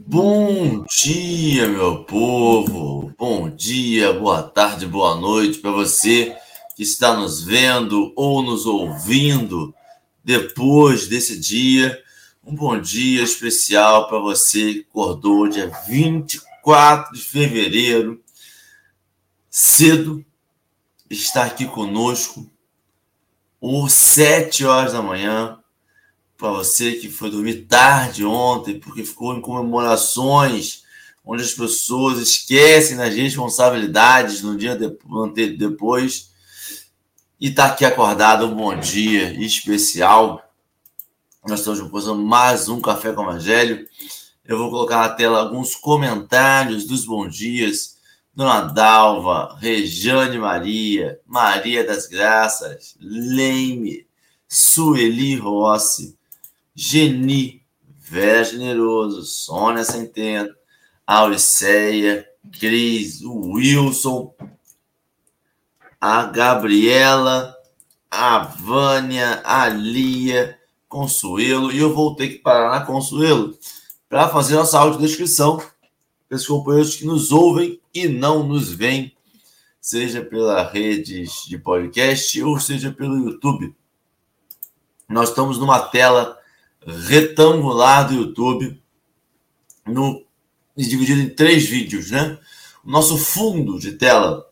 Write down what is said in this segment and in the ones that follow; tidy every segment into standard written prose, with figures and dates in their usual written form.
Bom dia, meu povo! Bom dia, boa tarde, boa noite para você que está nos vendo ou nos ouvindo depois desse dia. Um bom dia especial para você que acordou dia 24 de fevereiro, cedo, está aqui conosco, às 7 horas da manhã. Para você que foi dormir tarde ontem, porque ficou em comemorações, onde as pessoas esquecem das responsabilidades no dia depois, e está aqui acordado. Um bom dia especial. Nós estamos começando mais um Café com o Evangelho. Eu vou colocar na tela alguns comentários dos bons dias. Dona Dalva, Rejane Maria, Maria das Graças, Leime, Sueli Rossi, Geni, Vera Generoso, Sônia Centeno, Auriceia, Cris, o Wilson, a Gabriela, a Vânia, a Lia, Consuelo. E eu vou ter que parar na Consuelo para fazer nossa audiodescrição para os companheiros que nos ouvem e não nos veem, seja pela rede de podcast ou seja pelo YouTube. Nós estamos numa tela retangular do YouTube, dividido em 3 vídeos, né? O nosso fundo de tela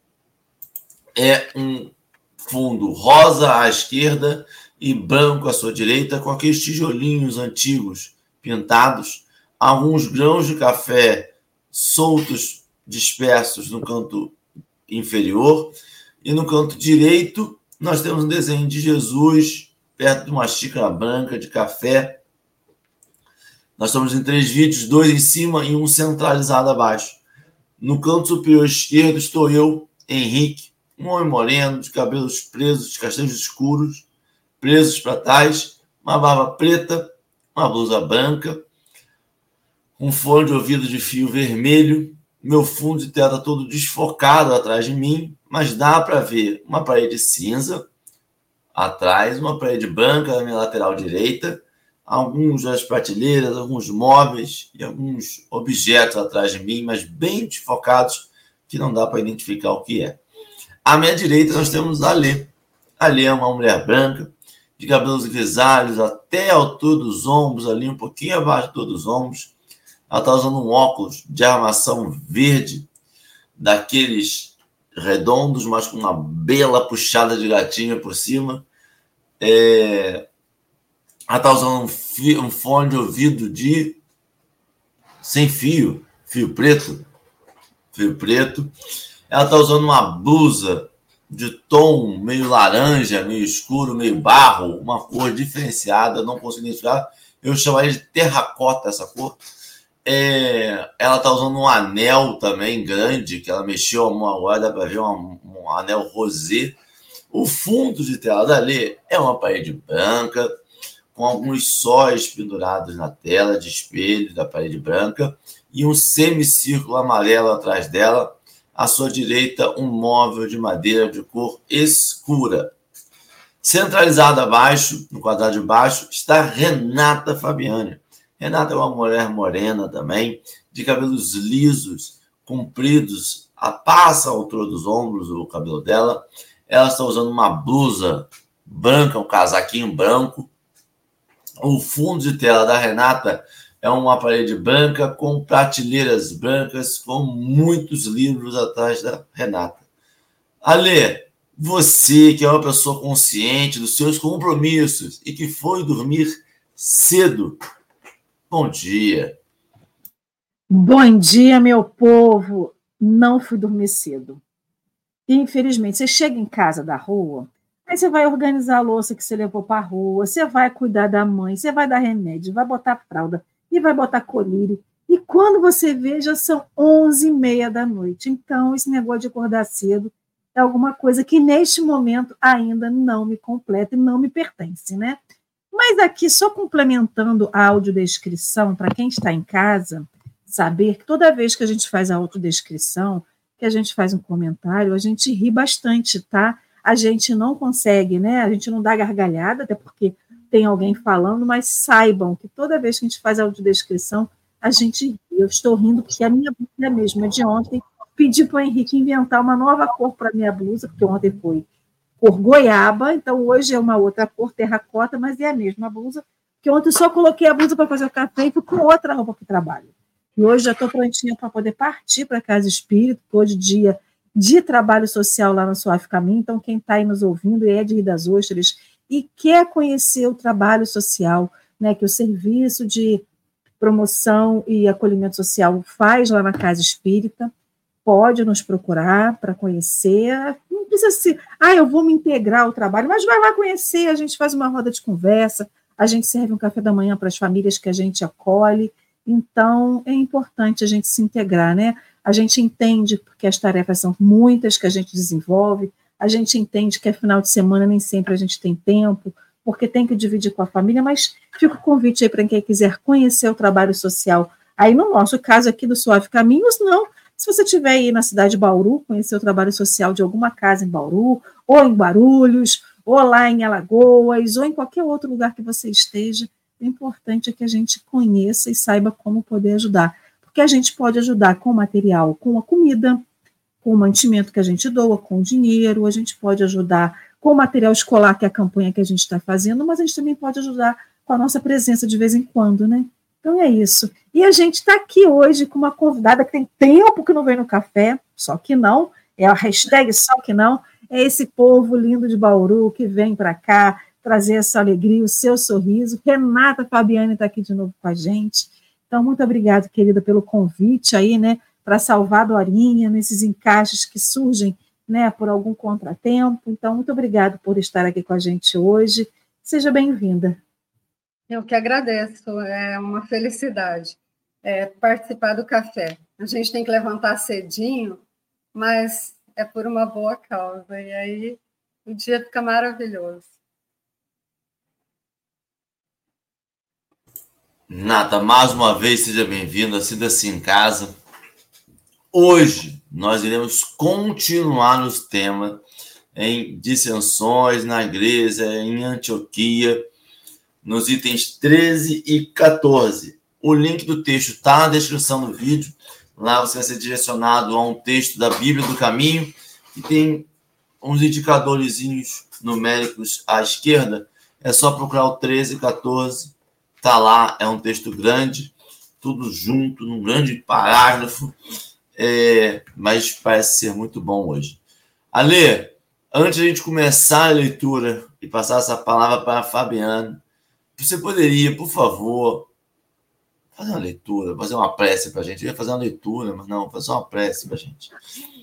é um fundo rosa à esquerda e branco à sua direita, com aqueles tijolinhos antigos pintados, alguns grãos de café soltos, dispersos no canto inferior, e no canto direito nós temos um desenho de Jesus perto de uma xícara branca de café. Nós estamos em 3 vídeos, 2 em cima e um centralizado abaixo. No canto superior esquerdo estou eu, Henrique, um homem moreno, de cabelos presos, de castanhos escuros, presos para trás, uma barba preta, uma blusa branca, um fone de ouvido de fio vermelho. Meu fundo de tela todo desfocado atrás de mim, mas dá para ver uma parede cinza atrás, uma parede branca na minha lateral direita, alguns das prateleiras, alguns móveis e alguns objetos atrás de mim, mas bem desfocados, que não dá para identificar o que é. À minha direita nós temos a Lê. A Lê é uma mulher branca, de cabelos grisalhos até a altura dos ombros, ali um pouquinho abaixo dos ombros. Ela está usando um óculos de armação verde, daqueles redondos, mas com uma bela puxada de gatinho por cima. Ela está usando um fone de ouvido sem fio preto. Ela está usando uma blusa de tom meio laranja, meio escuro, meio barro, uma cor diferenciada, não consigo identificar. Eu chamaria de terracota essa cor. Ela está usando um anel também grande, que ela mexeu a mão agora, dá para ver um anel rosé. O fundo de tela da Lê é uma parede branca, com alguns sóis pendurados na tela de espelho da parede branca e um semicírculo amarelo atrás dela. À sua direita, um móvel de madeira de cor escura. Centralizado abaixo, no quadrado de baixo, está Renata Fabiani. Renata é uma mulher morena também, de cabelos lisos, compridos, passa a altura dos ombros o cabelo dela. Ela está usando uma blusa branca, um casaquinho branco. O fundo de tela da Renata é uma parede branca com prateleiras brancas, com muitos livros atrás da Renata. Alê, você que é uma pessoa consciente dos seus compromissos e que foi dormir cedo, bom dia. Bom dia, meu povo. Não fui dormir cedo. Infelizmente, você chega em casa da rua, aí você vai organizar a louça que você levou para a rua, você vai cuidar da mãe, você vai dar remédio, vai botar fralda e vai botar colírio. E quando você vê, já são 11h30 da noite. Então, esse negócio de acordar cedo é alguma coisa que, neste momento, ainda não me completa e não me pertence, né? Mas aqui, só complementando a audiodescrição, para quem está em casa, saber que toda vez que a gente faz a autodescrição, que a gente faz um comentário, a gente ri bastante, tá? A gente não consegue, né? A gente não dá gargalhada, até porque tem alguém falando, mas saibam que toda vez que a gente faz a autodescrição, a gente ri. Eu estou rindo porque a minha blusa é a mesma de ontem. Pedi para o Henrique inventar uma nova cor para a minha blusa, porque ontem foi cor goiaba, então hoje é uma outra cor, terracota, mas é a mesma blusa, que ontem eu só coloquei a blusa para fazer o café e fui com outra roupa para o trabalho. E hoje já estou prontinha para poder partir para a Casa Espírita, hoje dia de trabalho social lá no Suave Caminho, então quem está aí nos ouvindo é de Rio das Ostras e quer conhecer o trabalho social, né, que o serviço de promoção e acolhimento social faz lá na Casa Espírita, pode nos procurar para conhecer, não precisa ser, eu vou me integrar ao trabalho, mas vai lá conhecer, a gente faz uma roda de conversa, a gente serve um café da manhã para as famílias que a gente acolhe, então é importante a gente se integrar, né? A gente entende porque as tarefas são muitas que a gente desenvolve, a gente entende que é final de semana, nem sempre a gente tem tempo, porque tem que dividir com a família, mas fica o convite aí para quem quiser conhecer o trabalho social, aí no nosso caso aqui do Suave Caminhos, não. Se você estiver aí na cidade de Bauru, conhecer o trabalho social de alguma casa em Bauru, ou em Guarulhos, ou lá em Alagoas, ou em qualquer outro lugar que você esteja, o importante é que a gente conheça e saiba como poder ajudar. Porque a gente pode ajudar com material, com a comida, com o mantimento que a gente doa, com o dinheiro, a gente pode ajudar com o material escolar, que é a campanha que a gente está fazendo, mas a gente também pode ajudar com a nossa presença de vez em quando, né? Então é isso. E a gente está aqui hoje com uma convidada que tem tempo que não vem no café, só que não, é a hashtag só que não, é esse povo lindo de Bauru que vem para cá trazer essa alegria, o seu sorriso. Renata Fabiani está aqui de novo com a gente. Então, muito obrigada, querida, pelo convite aí, né, para salvar a Dorinha nesses encaixes que surgem, né, por algum contratempo. Então, muito obrigada por estar aqui com a gente hoje. Seja bem-vinda. Eu que agradeço, é uma felicidade participar do café. A gente tem que levantar cedinho, mas é por uma boa causa, e aí o dia fica maravilhoso. Nata, mais uma vez, seja bem-vinda, sinta-se em casa. Hoje, nós iremos continuar nos temas em dissensões na igreja, em Antioquia, nos itens 13 e 14. O link do texto está na descrição do vídeo. Lá você vai ser direcionado a um texto da Bíblia do Caminho, que tem uns indicadorzinhos numéricos à esquerda. É só procurar o 13 e 14. Está lá, é um texto grande, tudo junto, num grande parágrafo, mas parece ser muito bom hoje. Ale, antes de a gente começar a leitura e passar essa palavra para a Fabiana, você poderia, por favor, fazer uma leitura, fazer uma prece para a gente? Eu ia fazer uma leitura, mas não, fazer uma prece para a gente.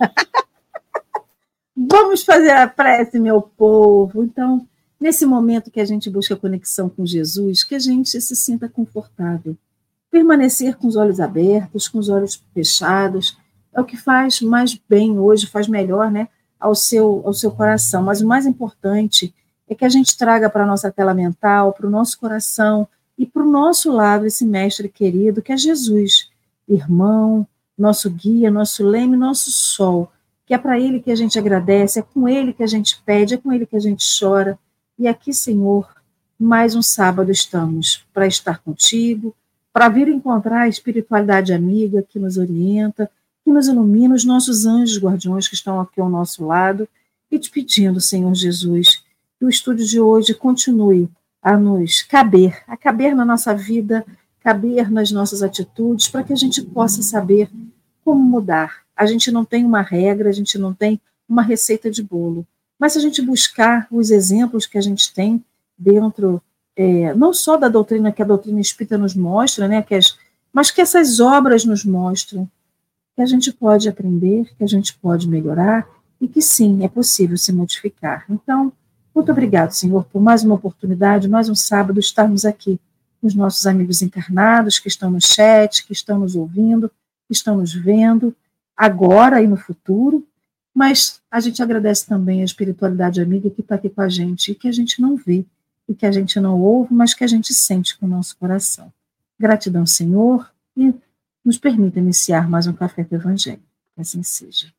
Vamos fazer a prece, meu povo. Então, nesse momento que a gente busca conexão com Jesus, que a gente se sinta confortável. Permanecer com os olhos abertos, com os olhos fechados, é o que faz mais bem hoje, faz melhor, né, ao seu coração. Mas o mais importante é que a gente traga para a nossa tela mental, para o nosso coração e para o nosso lado esse mestre querido, que é Jesus, irmão, nosso guia, nosso leme, nosso sol, que é para ele que a gente agradece, é com ele que a gente pede, é com ele que a gente chora. E aqui, Senhor, mais um sábado estamos para estar contigo, para vir encontrar a espiritualidade amiga que nos orienta, que nos ilumina, os nossos anjos guardiões que estão aqui ao nosso lado, e te pedindo, Senhor Jesus, que o estudo de hoje continue a nos caber, na nossa vida, caber nas nossas atitudes, para que a gente possa saber como mudar. A gente não tem uma regra, a gente não tem uma receita de bolo, mas se a gente buscar os exemplos que a gente tem dentro, não só da doutrina que a doutrina espírita nos mostra, né, mas que essas obras nos mostram, que a gente pode aprender, que a gente pode melhorar e que sim, é possível se modificar. Então, muito obrigado, Senhor, por mais uma oportunidade, mais um sábado estarmos aqui com os nossos amigos encarnados que estão no chat, que estão nos ouvindo, que estão nos vendo, agora e no futuro, mas a gente agradece também a espiritualidade amiga que está aqui com a gente e que a gente não vê, e que a gente não ouve, mas que a gente sente com o nosso coração. Gratidão, Senhor, e nos permita iniciar mais um Café do Evangelho. Que assim seja.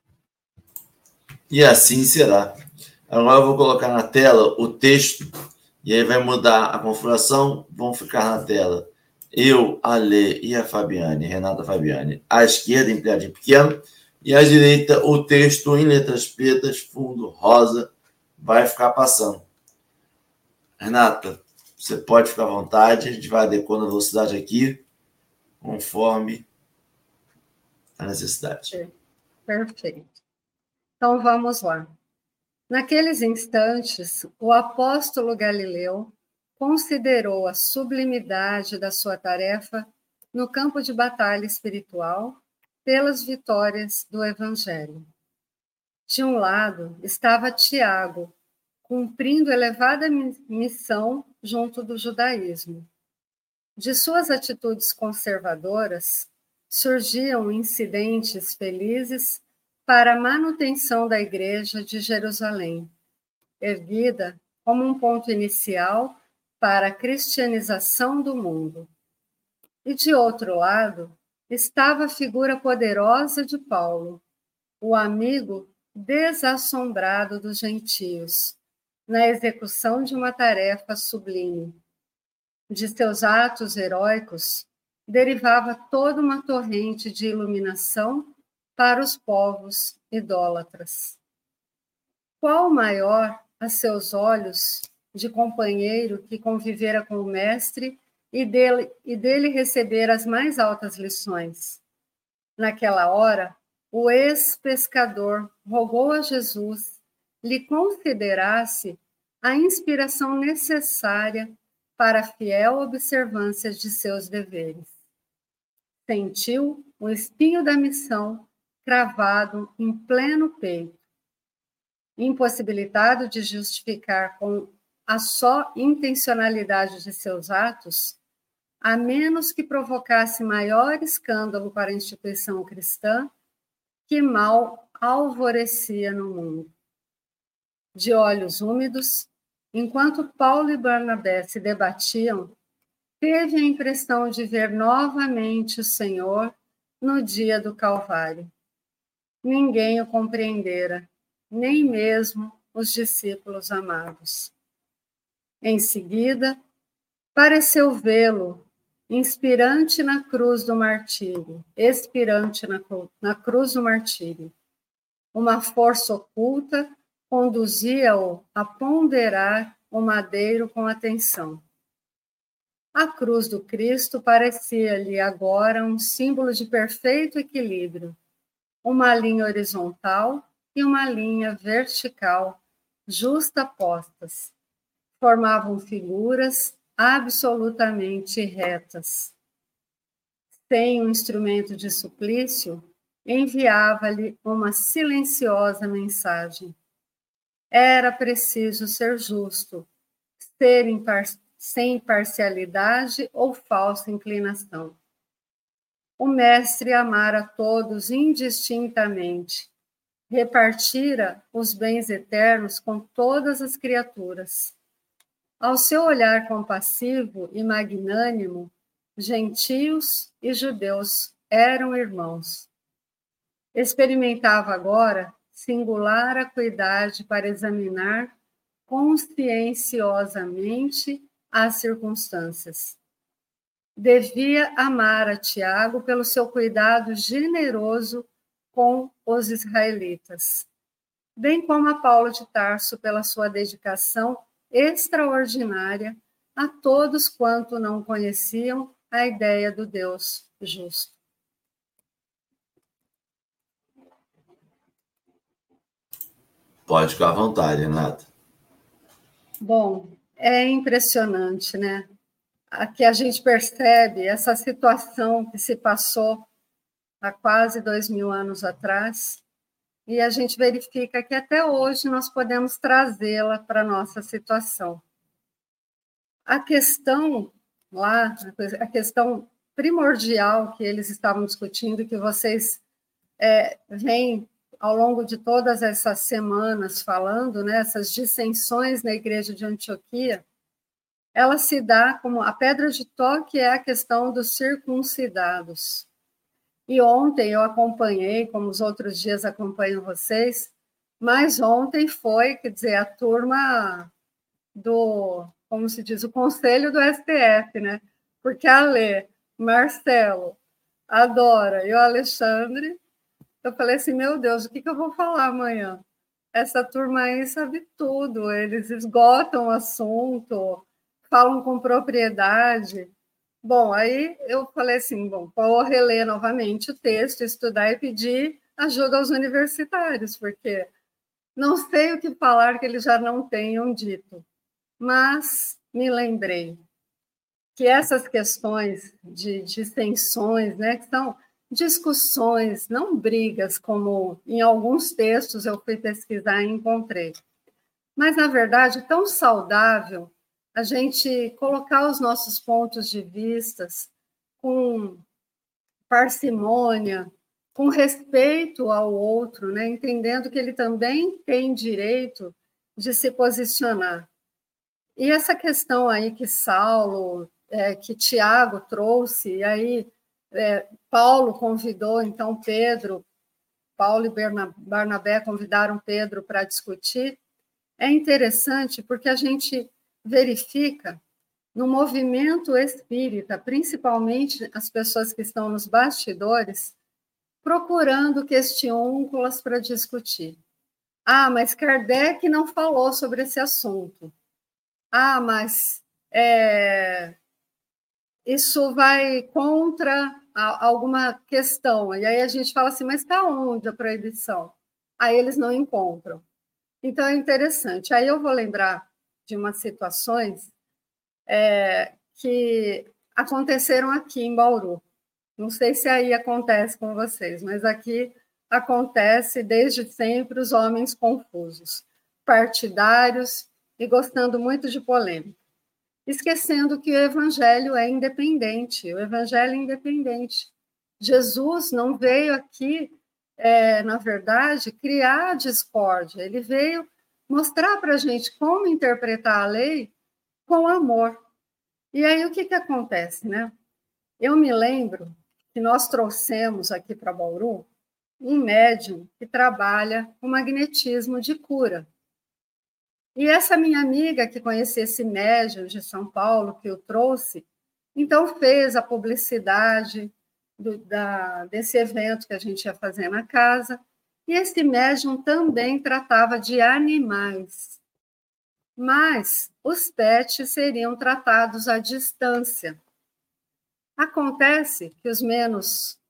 E assim será. Agora eu vou colocar na tela o texto E aí vai mudar a configuração, vão ficar na tela eu, a Lê e a Fabiane, Renata Fabiane, à esquerda, em pequeno, e à direita o texto em letras pretas, fundo rosa, vai ficar passando. Renata, você pode ficar à vontade, a gente vai adequando a velocidade aqui, conforme a necessidade. Perfeito. Então, vamos lá. Naqueles instantes, o apóstolo Galileu considerou a sublimidade da sua tarefa no campo de batalha espiritual pelas vitórias do Evangelho. De um lado estava Tiago, cumprindo elevada missão junto do judaísmo. De suas atitudes conservadoras, surgiam incidentes felizes para a manutenção da Igreja de Jerusalém, erguida como um ponto inicial para a cristianização do mundo. E, de outro lado, estava a figura poderosa de Paulo, o amigo desassombrado dos gentios, na execução de uma tarefa sublime. De seus atos heróicos derivava toda uma torrente de iluminação para os povos idólatras. Qual maior, a seus olhos, de companheiro que convivera com o mestre e dele receber as mais altas lições? Naquela hora, o ex-pescador rogou a Jesus lhe considerasse a inspiração necessária para a fiel observância de seus deveres. Sentiu o espinho da missão cravado em pleno peito. Impossibilitado de justificar com a só intencionalidade de seus atos, a menos que provocasse maior escândalo para a instituição cristã, que mal alvorecia no mundo. De olhos úmidos, enquanto Paulo e Barnabé se debatiam, teve a impressão de ver novamente o Senhor no dia do Calvário. Ninguém o compreendera, nem mesmo os discípulos amados. Em seguida, pareceu vê-lo inspirante na cruz do martírio, expirante na cruz do martírio. Uma força oculta conduzia-o a ponderar o madeiro com atenção. A cruz do Cristo parecia-lhe agora um símbolo de perfeito equilíbrio, uma linha horizontal e uma linha vertical, justapostas, formavam figuras absolutamente retas. Sem um instrumento de suplício, enviava-lhe uma silenciosa mensagem. Era preciso ser justo, sem parcialidade ou falsa inclinação. O mestre amara todos indistintamente, repartira os bens eternos com todas as criaturas. Ao seu olhar compassivo e magnânimo, gentios e judeus eram irmãos. Experimentava agora singular acuidade para examinar conscienciosamente as circunstâncias. Devia amar a Tiago pelo seu cuidado generoso com os israelitas, bem como a Paulo de Tarso pela sua dedicação extraordinária a todos quanto não conheciam a ideia do Deus justo. Pode ficar à vontade, Renata. Bom, é impressionante, né? Aqui a gente percebe essa situação que se passou há quase 2000 anos atrás, e a gente verifica que até hoje nós podemos trazê-la para a nossa situação. A questão lá, a questão primordial que eles estavam discutindo, que vocês vêm ao longo de todas essas semanas falando, né, essas dissensões na igreja de Antioquia, ela se dá como a pedra de toque é a questão dos circuncidados. E ontem eu acompanhei, como os outros dias acompanho vocês, mas ontem foi, quer dizer, a turma como se diz, o conselho do STF, né? Porque a Lê, Marcelo, a Dora e o Alexandre, eu falei assim, meu Deus, o que eu vou falar amanhã? Essa turma aí sabe tudo, eles esgotam o assunto, falam com propriedade. Bom, aí eu falei assim, bom, vou reler novamente o texto, estudar e pedir ajuda aos universitários, porque não sei o que falar que eles já não tenham dito. Mas me lembrei que essas questões de dissensões, né, que são discussões, não brigas, como em alguns textos eu fui pesquisar e encontrei. Mas, na verdade, é tão saudável a gente colocar os nossos pontos de vista com parcimônia, com respeito ao outro, né? Entendendo que ele também tem direito de se posicionar. E essa questão aí que Saulo, que Tiago trouxe, e aí Paulo convidou, então, Pedro, Paulo e Barnabé convidaram Pedro para discutir, é interessante porque a gente verifica no movimento espírita, principalmente as pessoas que estão nos bastidores, procurando questiúnculas para discutir. Ah, mas Kardec não falou sobre esse assunto. Ah, mas isso vai contra alguma questão. E aí a gente fala assim, mas está onde a proibição? Aí eles não encontram. Então, é interessante. Aí eu vou lembrar de umas situações que aconteceram aqui em Bauru. Não sei se aí acontece com vocês, mas aqui acontece desde sempre os homens confusos, partidários e gostando muito de polêmica. Esquecendo que o evangelho é independente, o evangelho é independente. Jesus não veio aqui, na verdade, criar discórdia, ele veio mostrar para a gente como interpretar a lei com amor. E aí o que acontece, né? Eu me lembro que nós trouxemos aqui para Bauru um médium que trabalha com magnetismo de cura. E essa minha amiga que conhecia esse médium de São Paulo, que eu trouxe, então fez a publicidade desse evento que a gente ia fazer na casa, e esse médium também tratava de animais. Mas os pets seriam tratados à distância. Acontece que os menos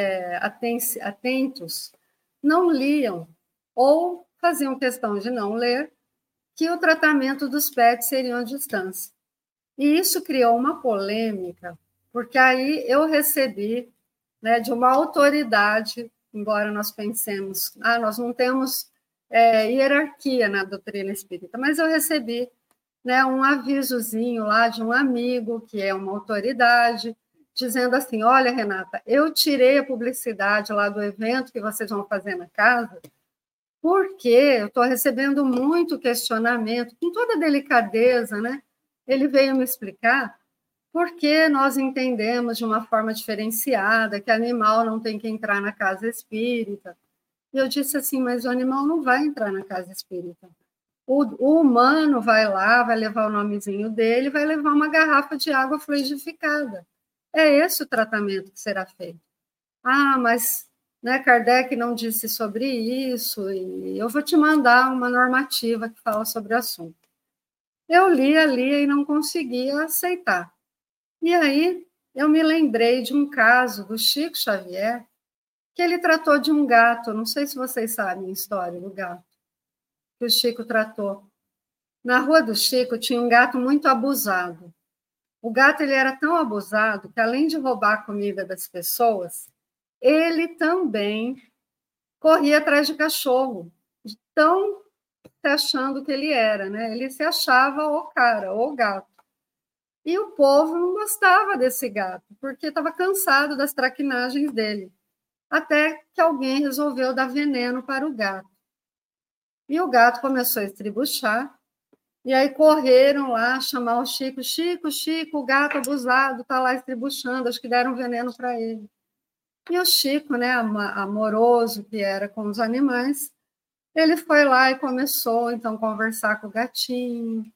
atentos não liam ou faziam questão de não ler que o tratamento dos pets seria à distância. E isso criou uma polêmica, porque aí eu recebi, né, de uma autoridade, embora nós pensemos, nós não temos hierarquia na doutrina espírita, mas eu recebi, né, um avisozinho lá de um amigo, que é uma autoridade, dizendo assim, olha, Renata, eu tirei a publicidade lá do evento que vocês vão fazer na casa, porque eu estou recebendo muito questionamento, com toda delicadeza, né? Ele veio me explicar por que nós entendemos de uma forma diferenciada que animal não tem que entrar na casa espírita. E eu disse assim, mas o animal não vai entrar na casa espírita. O humano vai lá, vai levar o nomezinho dele, vai levar uma garrafa de água fluidificada. É esse o tratamento que será feito. Ah, mas né, Kardec não disse sobre isso, e eu vou te mandar uma normativa que fala sobre o assunto. Eu lia e não conseguia aceitar. E aí eu me lembrei de um caso do Chico Xavier, que ele tratou de um gato, não sei se vocês sabem a história do gato, que o Chico tratou. Na rua do Chico tinha um gato muito abusado. O gato ele era tão abusado que, além de roubar a comida das pessoas, ele também corria atrás de cachorro, de tão se achando que ele era, né? Ele se achava o cara, o gato. E o povo não gostava desse gato, porque estava cansado das traquinagens dele. Até que alguém resolveu dar veneno para o gato. E o gato começou a estribuchar, e aí correram lá chamar o Chico, Chico, o gato abusado está lá estribuchando, acho que deram veneno para ele. E o Chico, né, amoroso que era com os animais, ele foi lá e começou, então, a conversar com o gatinho,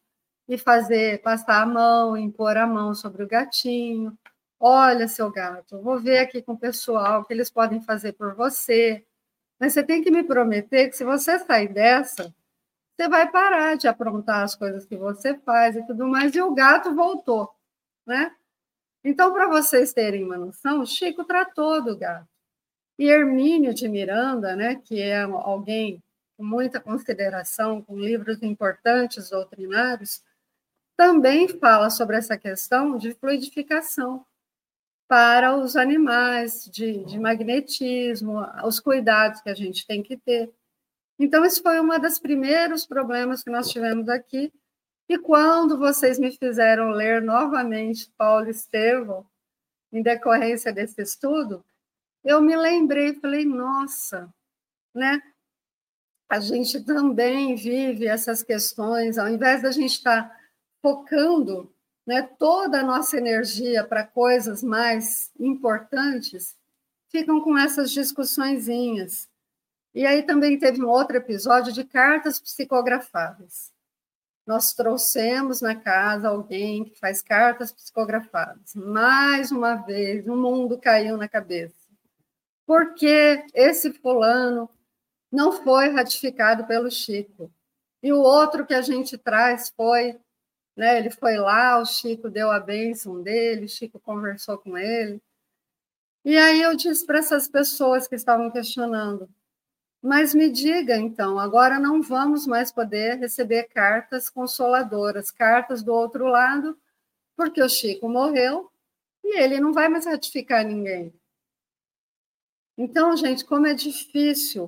e passar a mão, impor a mão sobre o gatinho. Olha, seu gato, vou ver aqui com o pessoal o que eles podem fazer por você. Mas você tem que me prometer que se você sair dessa, você vai parar de aprontar as coisas que você faz e tudo mais. E o gato voltou, né? Então, para vocês terem uma noção, o Chico tratou do gato. E Hermínio de Miranda, né, que é alguém com muita consideração, com livros importantes doutrinários, também fala sobre essa questão de fluidificação para os animais, de magnetismo, os cuidados que a gente tem que ter. Então, esse foi um dos primeiros problemas que nós tivemos aqui. E quando vocês me fizeram ler novamente Paulo Estevão, em decorrência desse estudo, eu me lembrei e falei, nossa, né? A gente também vive essas questões, ao invés da gente estar focando, né, toda a nossa energia para coisas mais importantes, ficam com essas discussõezinhas. E aí também teve um outro episódio de cartas psicografadas. Nós trouxemos na casa alguém que faz cartas psicografadas. Mais uma vez, o mundo caiu na cabeça. Porque esse fulano não foi ratificado pelo Chico. E o outro que a gente traz foi, né, ele foi lá, o Chico deu a bênção dele, o Chico conversou com ele. E aí eu disse para essas pessoas que estavam questionando, mas me diga, então, agora não vamos mais poder receber cartas consoladoras, cartas do outro lado, porque o Chico morreu e ele não vai mais ratificar ninguém. Então, gente, como é difícil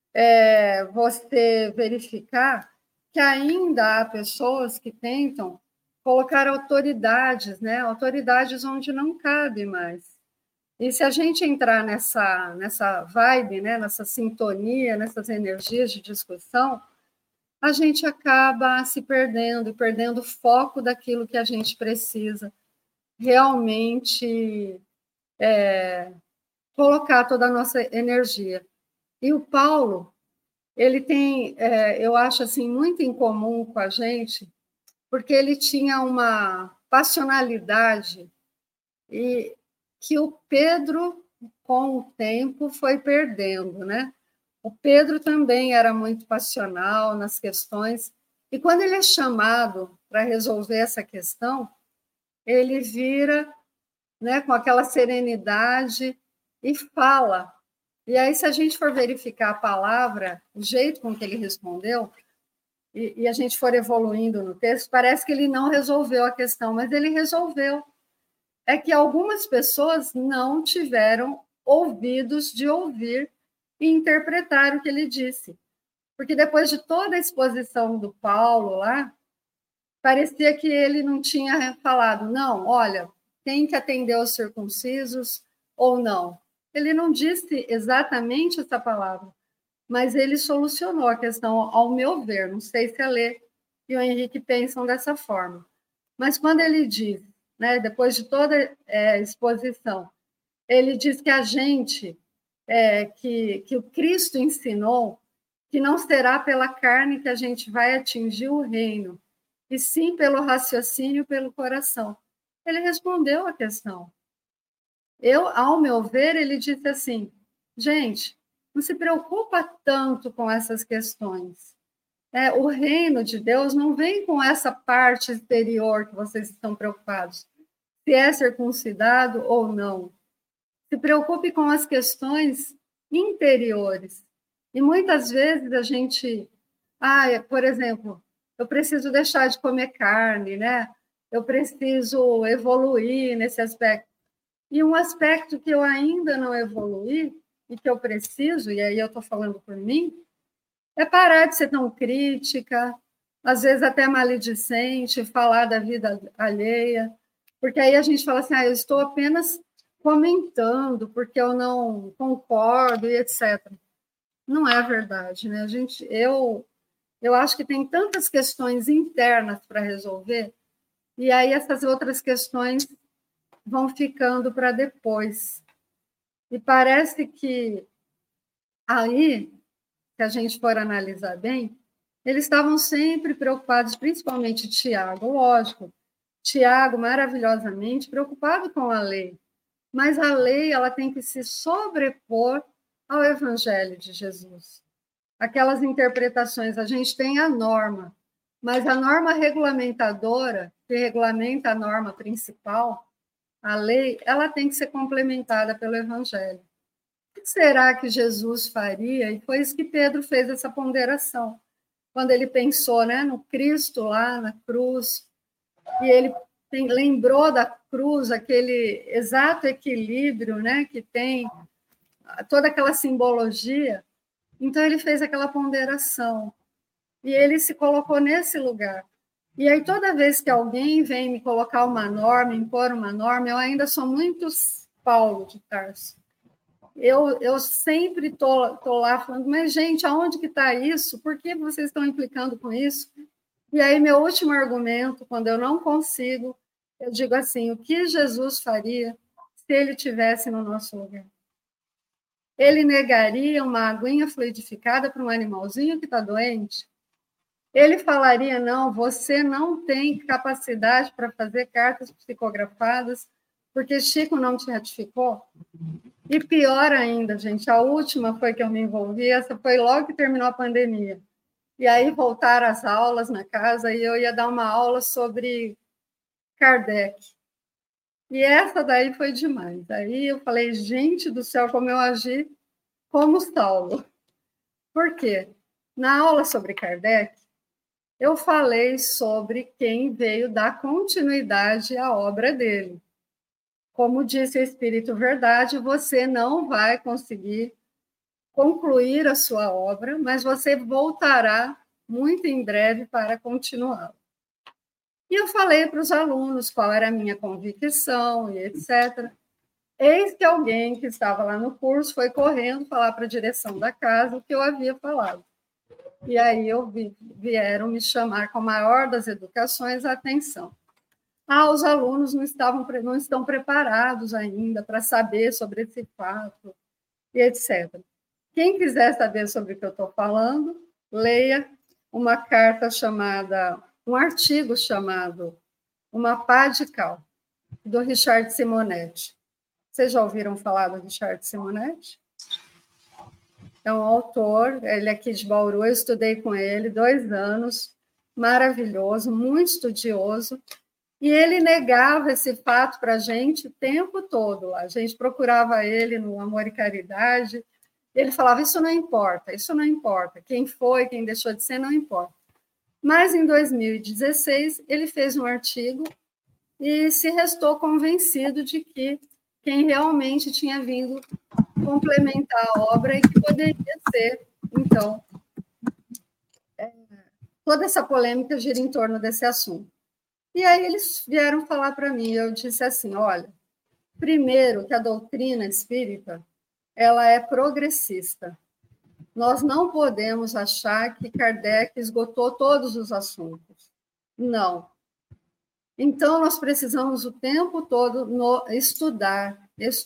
você verificar que ainda há pessoas que tentam colocar autoridades, né? Autoridades onde não cabe mais. E se a gente entrar nessa vibe, né? Nessa sintonia, nessas energias de discussão, a gente acaba se perdendo, perdendo o foco daquilo que a gente precisa realmente colocar toda a nossa energia. E o Paulo, ele tem, eu acho assim, muito em comum com a gente, porque ele tinha uma passionalidade e que o Pedro, com o tempo, foi perdendo, né? O Pedro também era muito passional nas questões, e quando ele é chamado para resolver essa questão, ele vira, né, com aquela serenidade e fala. E aí, se a gente for verificar a palavra, o jeito com que ele respondeu, e a gente for evoluindo no texto, parece que ele não resolveu a questão, mas ele resolveu. É que algumas pessoas não tiveram ouvidos de ouvir e interpretar o que ele disse. Porque depois de toda a exposição do Paulo lá, parecia que ele não tinha falado, não, olha, tem que atender os circuncisos ou não. Ele não disse exatamente essa palavra, mas ele solucionou a questão, ao meu ver. Não sei se a Lê e o Henrique pensam dessa forma. Mas quando ele diz, né, depois de toda a exposição, ele diz que a gente, que o Cristo ensinou, que não será pela carne que a gente vai atingir o reino, e sim pelo raciocínio, pelo coração. Ele respondeu a questão. Ao meu ver, ele disse assim, gente, não se preocupa tanto com essas questões. O reino de Deus não vem com essa parte exterior que vocês estão preocupados, se é circuncidado ou não. Se preocupe com as questões interiores. E muitas vezes a gente, por exemplo, eu preciso deixar de comer carne, né? Eu preciso evoluir nesse aspecto. E um aspecto que eu ainda não evoluí e que eu preciso, e aí eu estou falando por mim, é parar de ser tão crítica, às vezes até maledicente, falar da vida alheia, porque aí a gente fala assim, eu estou apenas comentando porque eu não concordo e etc. Não é verdade, né? Eu acho que tem tantas questões internas para resolver, e aí essas outras questões vão ficando para depois. E parece que aí, se a gente for analisar bem, Eles estavam sempre preocupados, principalmente Tiago, lógico. Tiago, maravilhosamente, preocupado com a lei. Mas a lei ela tem que se sobrepor ao Evangelho de Jesus. Aquelas interpretações, a gente tem a norma, mas a norma regulamentadora, que regulamenta a norma principal, a lei, ela tem que ser complementada pelo Evangelho. O que será que Jesus faria? E foi isso que Pedro fez, essa ponderação. Quando ele pensou, né, no Cristo lá na cruz, e ele lembrou da cruz, aquele exato equilíbrio, né, que tem toda aquela simbologia, então ele fez aquela ponderação, e ele se colocou nesse lugar. E aí toda vez que alguém vem me colocar uma norma, impor uma norma, eu ainda sou muito Paulo de Tarso. Eu sempre tô lá falando, mas, gente, aonde que está isso? Por que vocês estão implicando com isso? E aí, meu último argumento, quando eu não consigo, eu digo assim, o que Jesus faria se ele estivesse no nosso lugar? Ele negaria uma aguinha fluidificada para um animalzinho que está doente? Ele falaria, não, você não tem capacidade para fazer cartas psicografadas, porque Chico não te ratificou? E pior ainda, gente, a última foi que eu me envolvi, essa foi logo que terminou a pandemia. E aí voltaram as aulas na casa e eu ia dar uma aula sobre Kardec. E essa daí foi demais. Aí eu falei, gente do céu, como eu agi como Saulo. Por quê? Na aula sobre Kardec, eu falei sobre quem veio dar continuidade à obra dele. Como disse o Espírito Verdade, você não vai conseguir concluir a sua obra, mas você voltará muito em breve para continuá-la. E eu falei para os alunos qual era a minha convicção e etc. Eis que alguém que estava lá no curso foi correndo falar para a direção da casa o que eu havia falado. E aí vieram me chamar com a maior das educações a atenção. Os alunos não estão preparados ainda para saber sobre esse fato, e etc. Quem quiser saber sobre o que eu estou falando, leia uma carta chamada, um artigo chamado Uma Pá de Cal, do Richard Simonetti. Vocês já ouviram falar do Richard Simonetti? É um autor, ele é aqui de Bauru, eu estudei com ele 2 anos, maravilhoso, muito estudioso, e ele negava esse fato para a gente o tempo todo. A gente procurava ele no Amor e Caridade, ele falava, isso não importa, quem foi, quem deixou de ser, não importa. Mas, em 2016, ele fez um artigo e se restou convencido de que quem realmente tinha vindo complementar a obra e que poderia ser, então, toda essa polêmica gira em torno desse assunto. E aí eles vieram falar para mim, eu disse assim, olha, primeiro que a doutrina espírita, ela é progressista. Nós não podemos achar que Kardec esgotou todos os assuntos. Não. Então, nós precisamos o tempo todo estudar.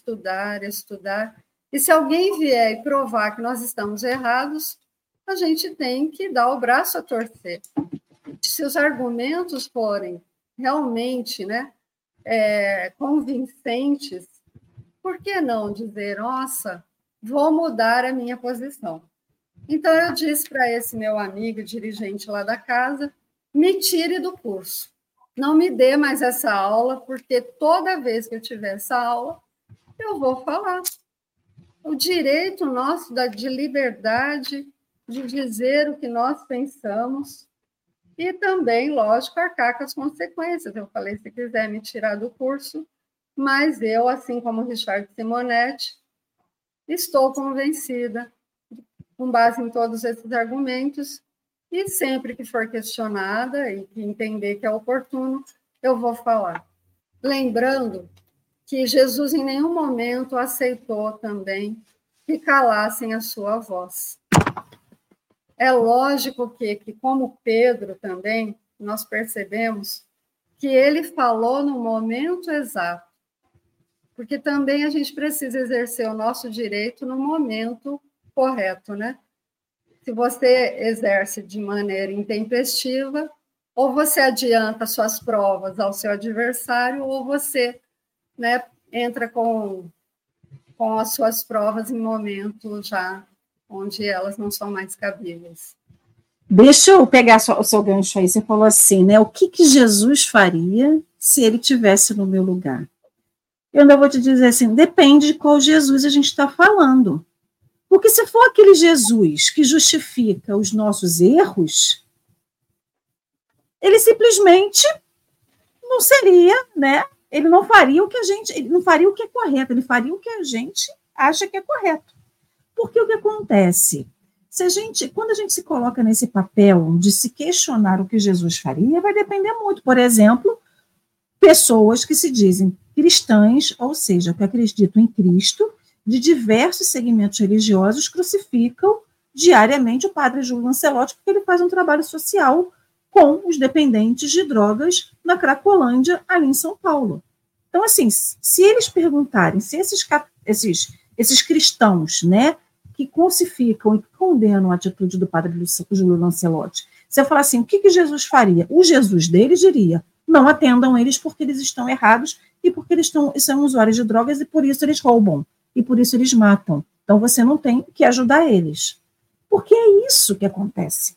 E se alguém vier e provar que nós estamos errados, a gente tem que dar o braço a torcer. Se os argumentos forem realmente, né, convincentes, por que não dizer, nossa, vou mudar a minha posição? Então, eu disse para esse meu amigo, dirigente lá da casa, me tire do curso. Não me dê mais essa aula, porque toda vez que eu tiver essa aula, eu vou falar. O direito nosso de liberdade, de dizer o que nós pensamos, e também, lógico, arcar com as consequências. Eu falei, se quiser me tirar do curso, mas eu, assim como Richard Simonetti, estou convencida, com base em todos esses argumentos, e sempre que for questionada e que entender que é oportuno, eu vou falar. Lembrando que Jesus em nenhum momento aceitou também que calassem a sua voz. É lógico que como Pedro também, nós percebemos que ele falou no momento exato, porque também a gente precisa exercer o nosso direito no momento correto, né? se você exerce de maneira intempestiva, ou você adianta suas provas ao seu adversário, ou você, né, entra com as suas provas em momento já onde elas não são mais cabíveis. Deixa eu pegar o seu gancho aí. Você falou assim, né? O que Jesus faria se ele tivesse no meu lugar? Eu ainda vou te dizer assim, depende de qual Jesus a gente está falando. Porque se for aquele Jesus que justifica os nossos erros, ele simplesmente não seria, né? Ele não faria o que ele não faria o que é correto, ele faria o que a gente acha que é correto. Porque o que acontece? Quando a gente se coloca nesse papel de se questionar o que Jesus faria, vai depender muito. Por exemplo, pessoas que se dizem cristãs, ou seja, que acreditam em Cristo, de diversos segmentos religiosos, crucificam diariamente o padre Júlio Lancelotti, porque ele faz um trabalho social com os dependentes de drogas na Cracolândia, ali em São Paulo. Então, assim, se eles perguntarem, se esses cristãos, né, que crucificam e condenam a atitude do padre Júlio Lancelotti, se eu falar assim, o que Jesus faria? O Jesus deles diria, não atendam eles porque eles estão errados e porque eles são usuários de drogas e por isso eles roubam e por isso eles matam. Então você não tem que ajudar eles. Porque é isso que acontece.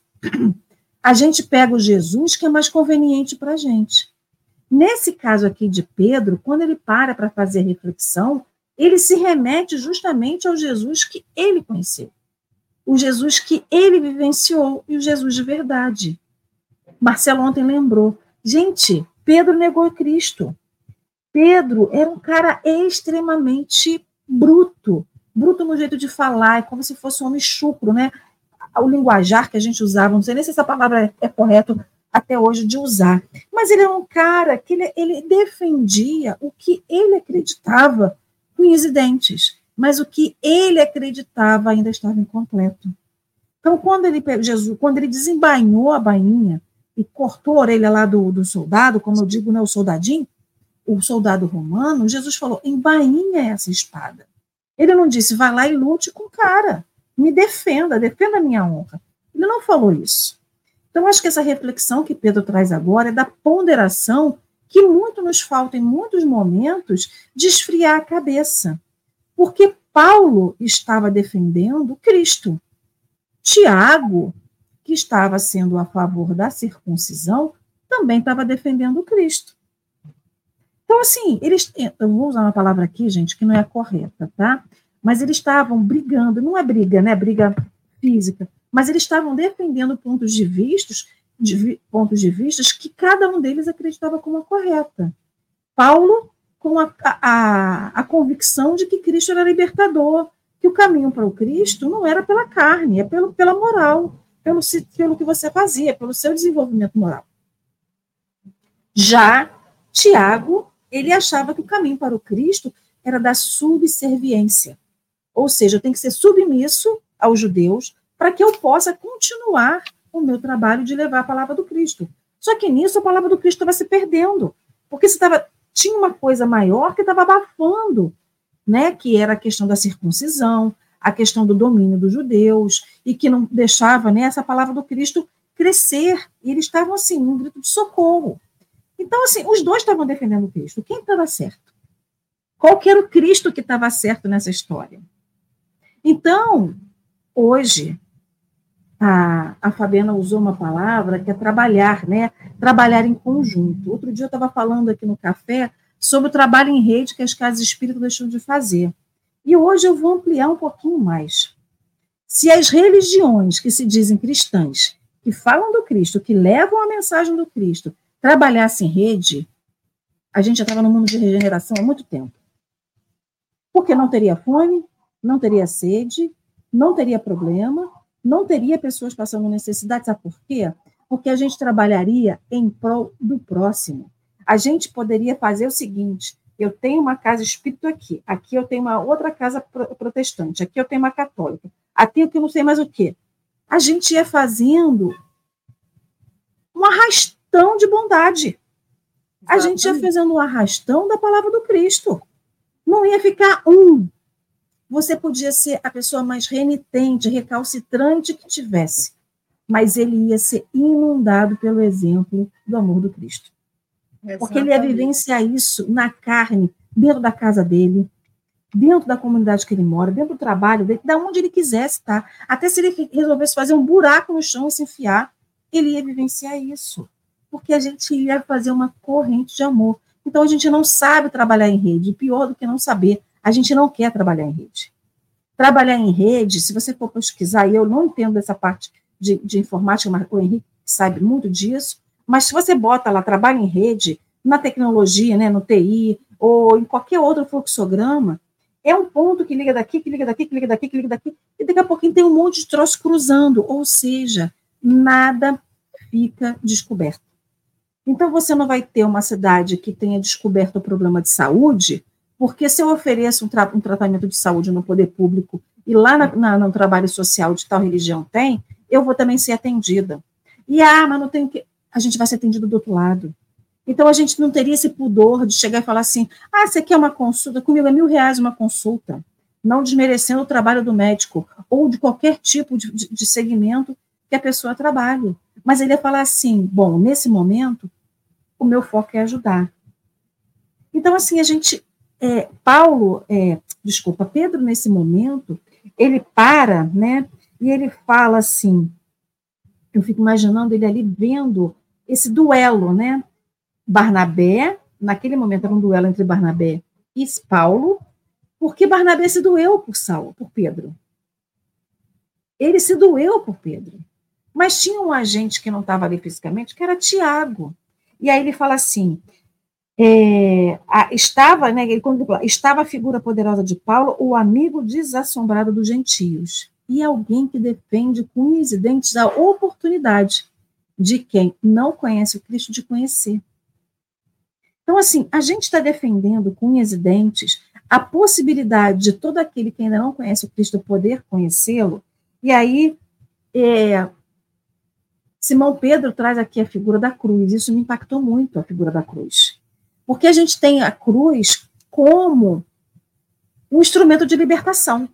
A gente pega o Jesus que é mais conveniente para a gente. Nesse caso aqui de Pedro, quando ele para fazer a reflexão, ele se remete justamente ao Jesus que ele conheceu. O Jesus que ele vivenciou e o Jesus de verdade. Marcelo ontem lembrou. Gente, Pedro negou Cristo. Pedro era um cara extremamente bruto. Bruto no jeito de falar, é como se fosse um homem chucro, né? O linguajar que a gente usava, não sei nem se essa palavra é correta até hoje de usar. Mas ele era um cara que ele defendia o que ele acreditava com unhas e dentes, mas o que ele acreditava ainda estava incompleto. Então, quando ele desembainhou a bainha e cortou a orelha lá do soldado, como eu digo, né, o soldadinho, o soldado romano, Jesus falou, embainha essa espada. Ele não disse, vai lá e lute com o cara, me defenda a minha honra. Ele não falou isso. Então, acho que essa reflexão que Pedro traz agora é da ponderação que muito nos falta em muitos momentos de esfriar a cabeça. Porque Paulo estava defendendo Cristo. Tiago, que estava sendo a favor da circuncisão, também estava defendendo Cristo. Então, assim, eu vou usar uma palavra aqui, gente, que não é correta, tá? Mas eles estavam brigando, não é briga, né? Briga física, mas eles estavam defendendo pontos de vista que cada um deles acreditava como a correta. Paulo, com a convicção de que Cristo era libertador, que o caminho para o Cristo não era pela carne, é pela moral, pelo que você fazia, pelo seu desenvolvimento moral. Já Tiago, ele achava que o caminho para o Cristo era da subserviência. Ou seja, eu tenho que ser submisso aos judeus para que eu possa continuar o meu trabalho de levar a palavra do Cristo. Só que nisso a palavra do Cristo estava se perdendo, porque tinha uma coisa maior que estava abafando, né, que era a questão da circuncisão, a questão do domínio dos judeus, e que não deixava, né, essa palavra do Cristo crescer. E eles estavam assim, num grito de socorro. Então, assim, os dois estavam defendendo o Cristo. Quem estava certo? Qual que era o Cristo que estava certo nessa história? Então, hoje, a Fabiana usou uma palavra que é trabalhar, né? Trabalhar em conjunto. Outro dia eu estava falando aqui no café sobre o trabalho em rede que as casas espíritas deixam de fazer. E hoje eu vou ampliar um pouquinho mais. Se as religiões que se dizem cristãs, que falam do Cristo, que levam a mensagem do Cristo, trabalhassem em rede, a gente já estava no mundo de regeneração há muito tempo. Porque não teria fome, não teria sede, não teria problema, não teria pessoas passando necessidade. Sabe por quê? Porque a gente trabalharia em prol do próximo. A gente poderia fazer o seguinte, eu tenho uma casa espírita aqui eu tenho uma outra casa protestante, aqui eu tenho uma católica, aqui eu não sei mais o quê. A gente ia fazendo um arrastão de bondade. A gente ia fazendo um arrastão da palavra do Cristo. Não ia ficar um Você podia ser a pessoa mais renitente, recalcitrante que tivesse, mas ele ia ser inundado pelo exemplo do amor do Cristo. Exatamente. Porque ele ia vivenciar isso na carne, dentro da casa dele, dentro da comunidade que ele mora, dentro do trabalho dele, da onde ele quisesse estar. Até se ele resolvesse fazer um buraco no chão e se enfiar, ele ia vivenciar isso. Porque a gente ia fazer uma corrente de amor. Então, a gente não sabe trabalhar em rede. Pior do que não saber, a gente não quer trabalhar em rede. Trabalhar em rede, se você for pesquisar, e eu não entendo essa parte de informática, mas o Henrique sabe muito disso, mas se você bota lá, trabalho em rede, na tecnologia, né, no TI, ou em qualquer outro fluxograma, é um ponto que liga daqui, que liga daqui, que liga daqui, que liga daqui, e daqui a pouquinho tem um monte de troço cruzando, ou seja, nada fica descoberto. Então, você não vai ter uma cidade que tenha descoberto o problema de saúde, porque se eu ofereço um tratamento de saúde no poder público e lá no trabalho social de tal religião tem, eu vou também ser atendida. E, mas não tem que... A gente vai ser atendido do outro lado. Então, a gente não teria esse pudor de chegar e falar assim, você quer uma consulta? Comigo é R$1.000 uma consulta. Não desmerecendo o trabalho do médico ou de qualquer tipo de segmento que a pessoa trabalhe. Mas ele ia falar assim, bom, nesse momento, o meu foco é ajudar. Então, assim, a gente... Pedro, nesse momento, ele para, né, e ele fala assim, eu fico imaginando ele ali vendo esse duelo, né, Barnabé, naquele momento era um duelo entre Barnabé e Paulo, porque Barnabé se doeu por Pedro. Ele se doeu por Pedro. Mas tinha um agente que não estava ali fisicamente, que era Tiago. E aí ele fala assim, estava a figura poderosa de Paulo, o amigo desassombrado dos gentios, e alguém que defende com unhas e dentes a oportunidade de quem não conhece o Cristo de conhecer. Então, assim, a gente está defendendo com unhas e dentes a possibilidade de todo aquele que ainda não conhece o Cristo poder conhecê-lo, e aí Simão Pedro traz aqui a figura da cruz, isso me impactou muito, a figura da cruz. Porque a gente tem a cruz como um instrumento de libertação.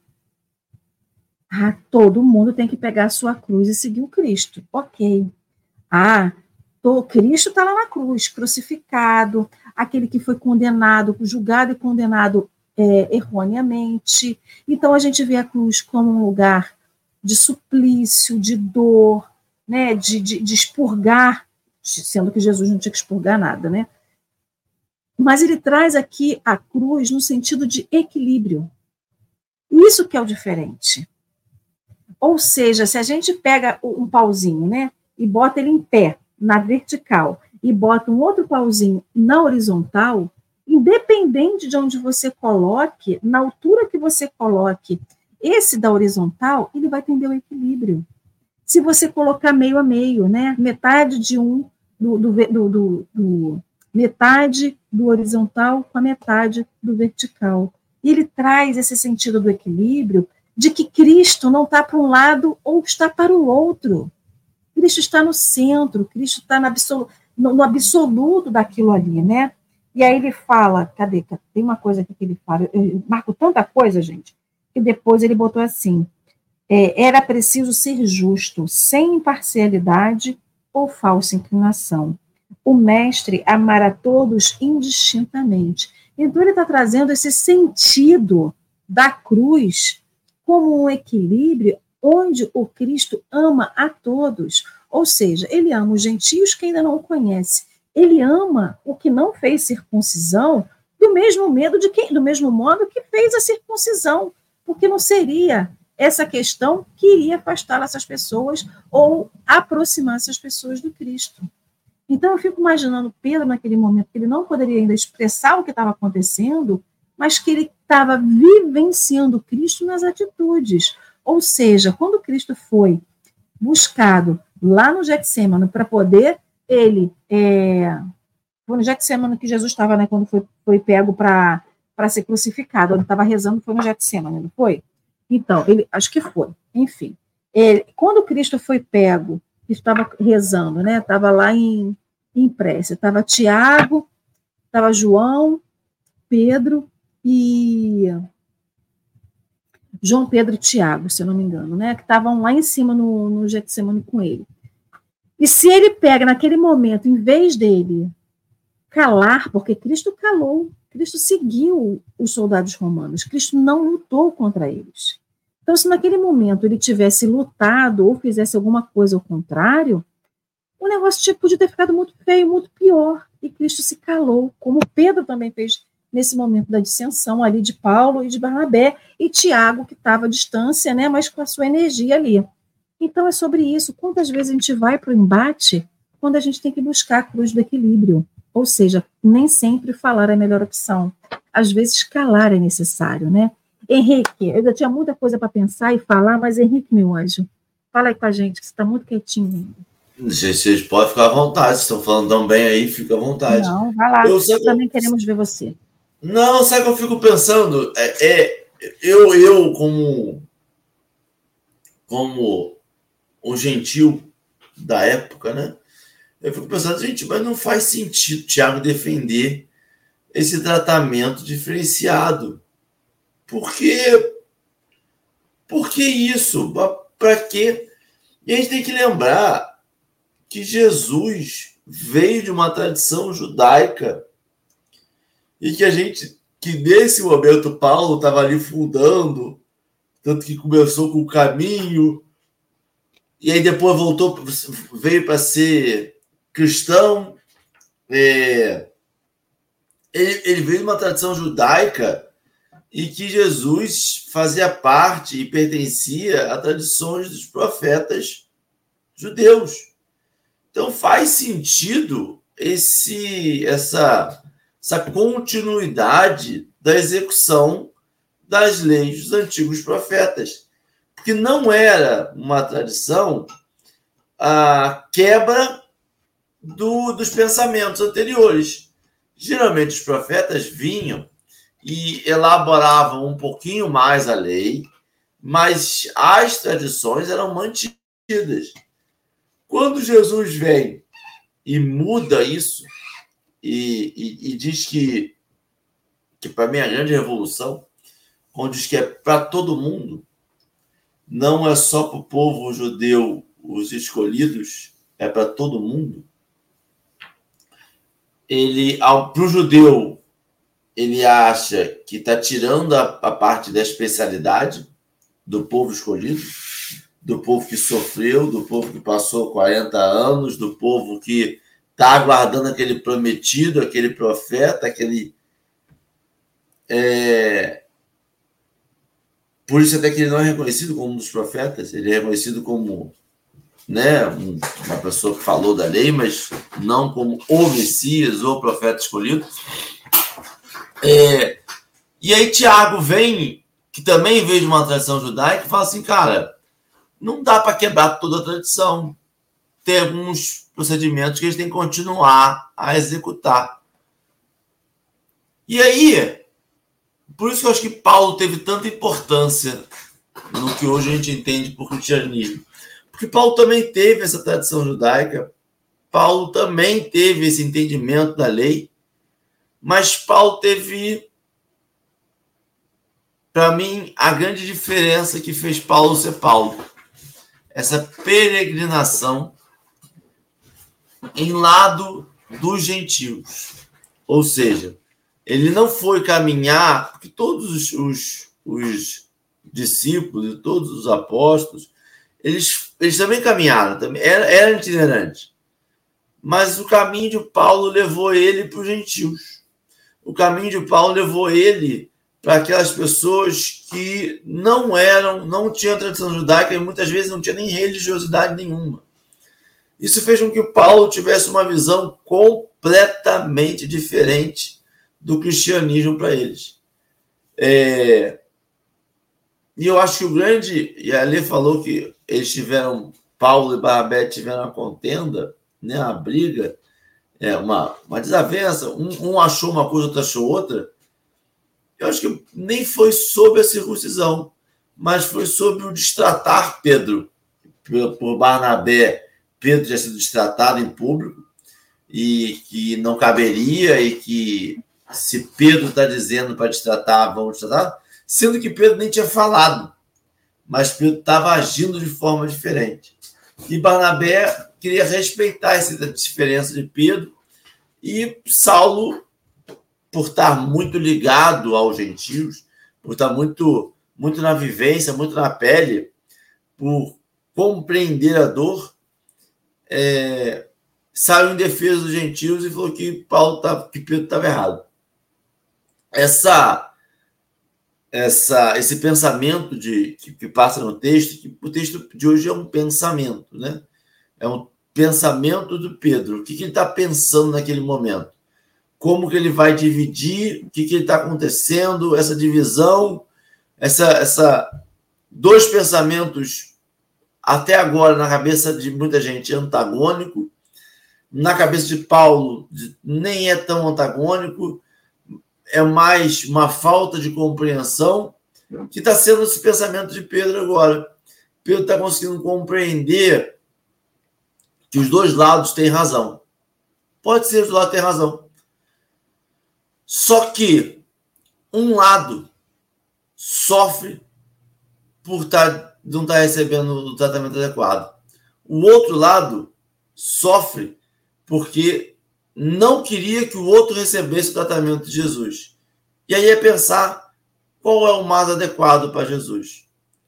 Todo mundo tem que pegar a sua cruz e seguir o Cristo. Ok. Cristo está lá na cruz, crucificado, aquele que foi condenado, julgado e condenado erroneamente. Então, a gente vê a cruz como um lugar de suplício, de dor, né, de expurgar, sendo que Jesus não tinha que expurgar nada, né? Mas ele traz aqui a cruz no sentido de equilíbrio. Isso que é o diferente. Ou seja, se a gente pega um pauzinho, né, e bota ele em pé, na vertical, e bota um outro pauzinho na horizontal, independente de onde você coloque, na altura que você coloque esse da horizontal, ele vai tender ao equilíbrio. Se você colocar meio a meio, né, metade de metade do horizontal com a metade do vertical. E ele traz esse sentido do equilíbrio de que Cristo não está para um lado ou está para o outro. Cristo está no centro, Cristo está no absoluto daquilo ali, né? E aí ele fala, cadê? Tem uma coisa aqui que ele fala, eu marco tanta coisa, gente, que depois ele botou assim, era preciso ser justo, sem imparcialidade ou falsa inclinação. O mestre amar a todos indistintamente. Então, ele está trazendo esse sentido da cruz como um equilíbrio onde o Cristo ama a todos. Ou seja, ele ama os gentios que ainda não o conhecem. Ele ama o que não fez circuncisão do mesmo modo que fez a circuncisão, porque não seria essa questão que iria afastar essas pessoas ou aproximar essas pessoas do Cristo. Então, eu fico imaginando Pedro naquele momento, que ele não poderia ainda expressar o que estava acontecendo, mas que ele estava vivenciando Cristo nas atitudes. Ou seja, quando Cristo foi buscado lá no Getsêmano para poder foi no Getsêmano que Jesus estava, né, quando foi pego para ser crucificado, ele estava rezando, foi no Getsêmano, não foi? Então, acho que foi, enfim. Quando Cristo foi pego, estava rezando, né? Estava lá em prece. Estava Tiago, estava João, Pedro e João, Pedro e Tiago, se eu não me engano, né? Que estavam lá em cima no Getsemane com ele. E se ele pega naquele momento, em vez dele calar, porque Cristo calou, Cristo seguiu os soldados romanos, Cristo não lutou contra eles. Então, se naquele momento ele tivesse lutado ou fizesse alguma coisa ao contrário, o negócio podia ter ficado muito feio, muito pior. E Cristo se calou, como Pedro também fez nesse momento da dissensão ali de Paulo e de Barnabé, e Tiago, que estava à distância, né, mas com a sua energia ali. Então, é sobre isso. Quantas vezes a gente vai para o embate quando a gente tem que buscar a cruz do equilíbrio? Ou seja, nem sempre falar é a melhor opção. Às vezes, calar é necessário, né? Henrique, eu já tinha muita coisa para pensar e falar, mas Henrique, meu anjo, fala aí com a gente, que você está muito quietinho ainda. Vocês podem ficar à vontade, vocês estão falando tão bem aí, fica à vontade. Não, vai lá, também queremos ver você. Não, sabe o que eu fico pensando? Eu como um gentil da época, né? Eu fico pensando, gente, mas não faz sentido Tiago defender esse tratamento diferenciado. Por que isso? Para quê? E a gente tem que lembrar que Jesus veio de uma tradição judaica e que nesse momento Paulo estava ali fundando, tanto que começou com o caminho e aí depois veio para ser cristão. Ele veio de uma tradição judaica e que Jesus fazia parte e pertencia a tradições dos profetas judeus. Então faz sentido essa continuidade da execução das leis dos antigos profetas, porque não era uma tradição a quebra dos pensamentos anteriores. Geralmente os profetas vinham e elaboravam um pouquinho mais a lei, mas as tradições eram mantidas. Quando Jesus vem e muda isso e diz que para mim a grande revolução, quando diz que é para todo mundo, não é só para o povo judeu, os escolhidos, é para todo mundo. Para o judeu, ele acha que está tirando a parte da especialidade do povo escolhido, do povo que sofreu, do povo que passou 40 anos, do povo que está aguardando aquele prometido, aquele profeta, Por isso até que ele não é reconhecido como um dos profetas, ele é reconhecido como, né, uma pessoa que falou da lei, mas não como o Messias ou o profeta escolhido. E aí Tiago vem, que também veio de uma tradição judaica, e fala assim, cara, não dá para quebrar toda a tradição. Tem alguns procedimentos que eles têm que continuar a executar. E aí, por isso que eu acho que Paulo teve tanta importância no que hoje a gente entende por cristianismo. Porque Paulo também teve essa tradição judaica, Paulo também teve esse entendimento da lei, mas Paulo teve, para mim, a grande diferença que fez Paulo ser Paulo. Essa peregrinação em lado dos gentios. Ou seja, ele não foi caminhar, porque todos os discípulos e todos os apóstolos, eles também caminharam, era itinerante. Mas o caminho de Paulo levou ele para os gentios. O caminho de Paulo levou ele para aquelas pessoas que não tinham tradição judaica e muitas vezes não tinha nem religiosidade nenhuma. Isso fez com que o Paulo tivesse uma visão completamente diferente do cristianismo para eles. E eu acho que o grande... E a Lê falou que eles Paulo e Barnabé tiveram uma contenda, né, uma briga, uma desavença. Um achou uma coisa, outro achou outra. Eu acho que nem foi sobre a circuncisão, mas foi sobre o destratar Pedro por Barnabé. Pedro tinha sido destratado em público e que não caberia, e que se Pedro está dizendo para destratar, vamos destratar. sendo que Pedro nem tinha falado, mas Pedro estava agindo de forma diferente. E Barnabé queria respeitar essa diferença de Pedro, e Saulo, por estar muito ligado aos gentios, por estar muito na vivência, muito na pele, por compreender a dor, saiu em defesa dos gentios e falou que Pedro estava errado. Esse pensamento que passa no texto, que o texto de hoje é um pensamento, né? É um pensamento do Pedro. O que ele está pensando naquele momento? Como que ele vai dividir? O que ele está acontecendo? Essa divisão, dois pensamentos até agora na cabeça de muita gente antagônico, na cabeça de Paulo nem é tão antagônico, é mais uma falta de compreensão, que está sendo esse pensamento de Pedro agora. Pedro está conseguindo compreender que os dois lados têm razão. Pode ser que os dois lados têm razão. Só que um lado sofre por não estar recebendo o tratamento adequado. O outro lado sofre porque não queria que o outro recebesse o tratamento de Jesus. E aí é pensar qual é o mais adequado para Jesus.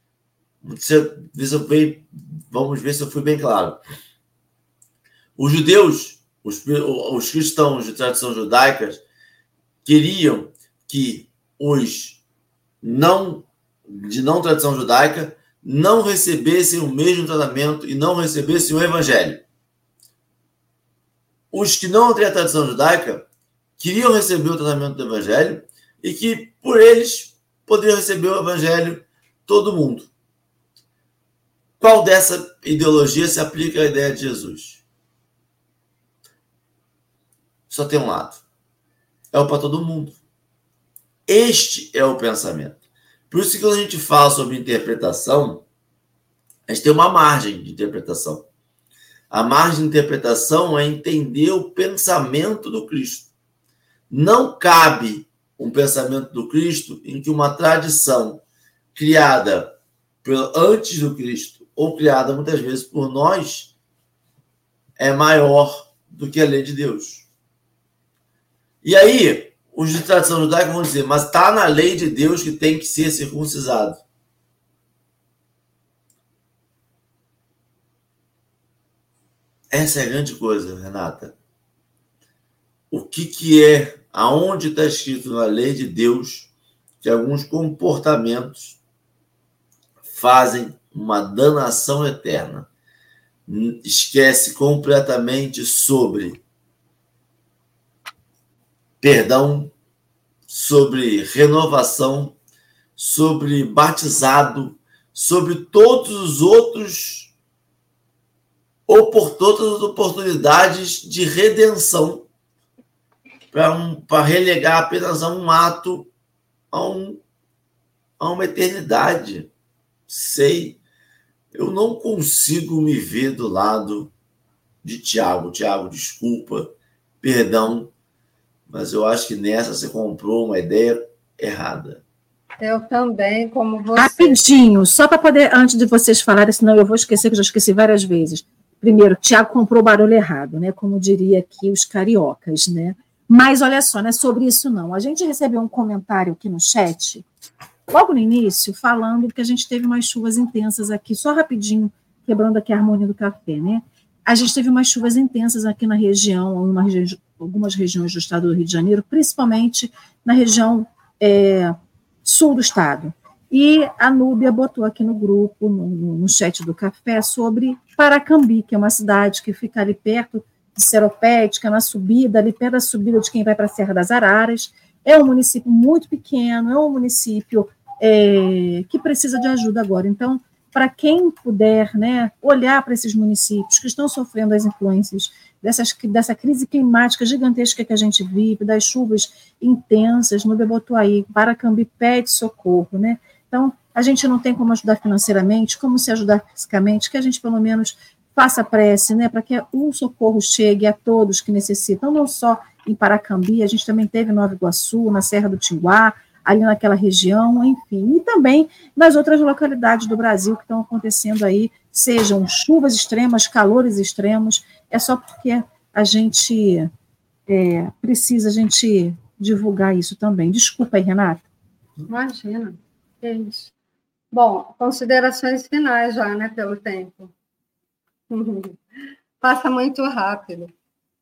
Vamos ver se eu fui bem claro. Os judeus, os cristãos de tradição judaica, queriam que os de não tradição judaica não recebessem o mesmo tratamento e não recebessem o evangelho. Os que não têm a tradição judaica queriam receber o tratamento do evangelho e que, por eles, poderiam receber o evangelho todo mundo. Qual dessa ideologia se aplica à ideia de Jesus? Só tem um lado. É o para todo mundo. Este é o pensamento. Por isso que quando a gente fala sobre interpretação, a gente tem uma margem de interpretação. A margem de interpretação é entender o pensamento do Cristo. Não cabe um pensamento do Cristo em que uma tradição criada antes do Cristo ou criada muitas vezes por nós é maior do que a lei de Deus. E aí, os de tradição judaica vão dizer, mas está na lei de Deus que tem que ser circuncisado. Essa é a grande coisa, Renata. O que é, aonde está escrito na lei de Deus que alguns comportamentos fazem uma danação eterna. Esquece completamente sobre perdão, sobre renovação, sobre batizado, sobre todos os outros todas as oportunidades de redenção para relegar apenas a um ato, a uma eternidade. Eu não consigo me ver do lado de Tiago. Tiago, desculpa, perdão, mas eu acho que nessa você comprou uma ideia errada. Eu também, como você. Rapidinho, só para poder, antes de vocês falarem, senão eu vou esquecer, que eu já esqueci várias vezes. Primeiro, Tiago comprou o barulho errado, né? Como diria aqui os cariocas, né? Mas olha só, não é sobre isso não. A gente recebeu um comentário aqui no chat, logo no início, falando que a gente teve umas chuvas intensas aqui, só rapidinho, quebrando aqui a harmonia do café, né? A gente teve umas chuvas intensas aqui na região, algumas regiões do estado do Rio de Janeiro, principalmente na região sul do estado. E a Núbia botou aqui no grupo, no chat do café, sobre Paracambi, que é uma cidade que fica ali perto de Seropédica, na subida, ali perto da subida de quem vai para a Serra das Araras. É um município muito pequeno, é um município que precisa de ajuda agora. Então, para quem puder, né, olhar para esses municípios que estão sofrendo as influências dessa crise climática gigantesca que a gente vive, das chuvas intensas, Núbia botou aí, Paracambi pede socorro, né? Então, a gente não tem como ajudar financeiramente, como se ajudar fisicamente, que a gente pelo menos faça prece, né, para que o socorro chegue a todos que necessitam, não só em Paracambi, a gente também teve em Nova Iguaçu, na Serra do Tinguá, ali naquela região, enfim, e também nas outras localidades do Brasil que estão acontecendo aí, sejam chuvas extremas, calores extremos, é só porque a gente precisa a gente divulgar isso também. Desculpa aí, Renata. Imagina, é isso. Bom, considerações finais já, né, pelo tempo. Passa muito rápido.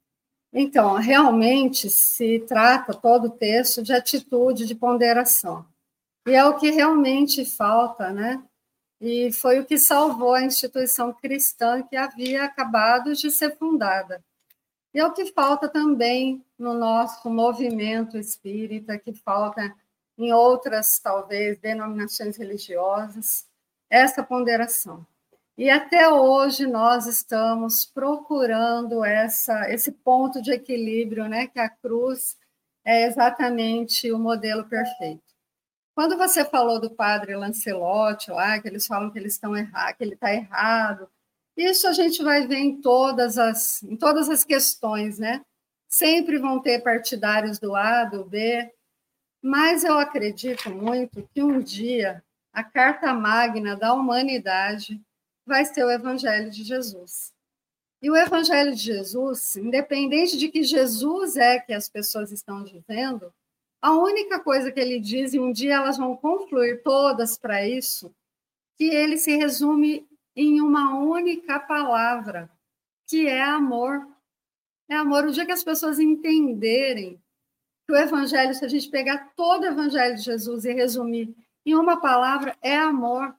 Então, realmente se trata todo o texto de atitude, de ponderação. E é o que realmente falta, né? E foi o que salvou a instituição cristã que havia acabado de ser fundada. E é o que falta também no nosso movimento espírita, que falta em outras, talvez, denominações religiosas, essa ponderação. E até hoje nós estamos procurando esse ponto de equilíbrio, né, que a cruz é exatamente o modelo perfeito. Quando você falou do padre Lancelotti, lá, que eles falam que eles estão errados, que ele está errado, isso a gente vai ver em todas as questões, né? Sempre vão ter partidários do A, do B, mas eu acredito muito que um dia a carta magna da humanidade vai ser o Evangelho de Jesus. E o Evangelho de Jesus, independente de que Jesus é que as pessoas estão dizendo, a única coisa que ele diz, e um dia elas vão confluir todas para isso, que ele se resume em uma única palavra, que é amor. É amor. O dia que as pessoas entenderem que o Evangelho, se a gente pegar todo o Evangelho de Jesus e resumir em uma palavra, é amor.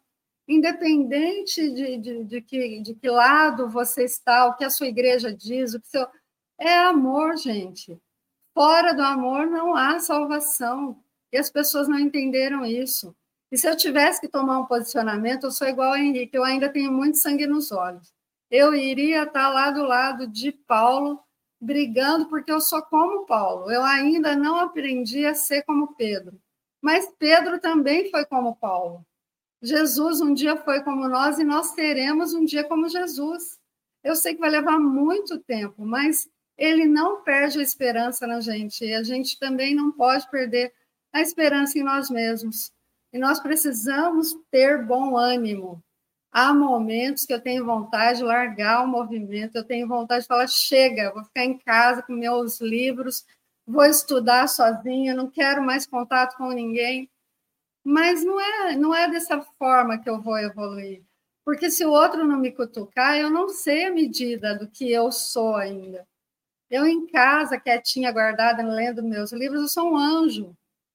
Independente de que lado você está, o que a sua igreja diz, o que seu... é amor, gente. Fora do amor não há salvação. E as pessoas não entenderam isso. E se eu tivesse que tomar um posicionamento, eu sou igual ao Henrique, eu ainda tenho muito sangue nos olhos. Eu iria estar lá do lado de Paulo, brigando, porque eu sou como Paulo. Eu ainda não aprendi a ser como Pedro. Mas Pedro também foi como Paulo. Jesus um dia foi como nós e nós seremos um dia como Jesus. Eu sei que vai levar muito tempo, mas ele não perde a esperança na gente. E a gente também não pode perder a esperança em nós mesmos. E nós precisamos ter bom ânimo. Há momentos que eu tenho vontade de largar o movimento, eu tenho vontade de falar, chega, vou ficar em casa com meus livros, vou estudar sozinha, não quero mais contato com ninguém. Mas não é dessa forma que eu vou evoluir. Porque se o outro não me cutucar, eu não sei a medida do que eu sou ainda. Eu em casa, quietinha, guardada, lendo meus livros, eu sou um anjo.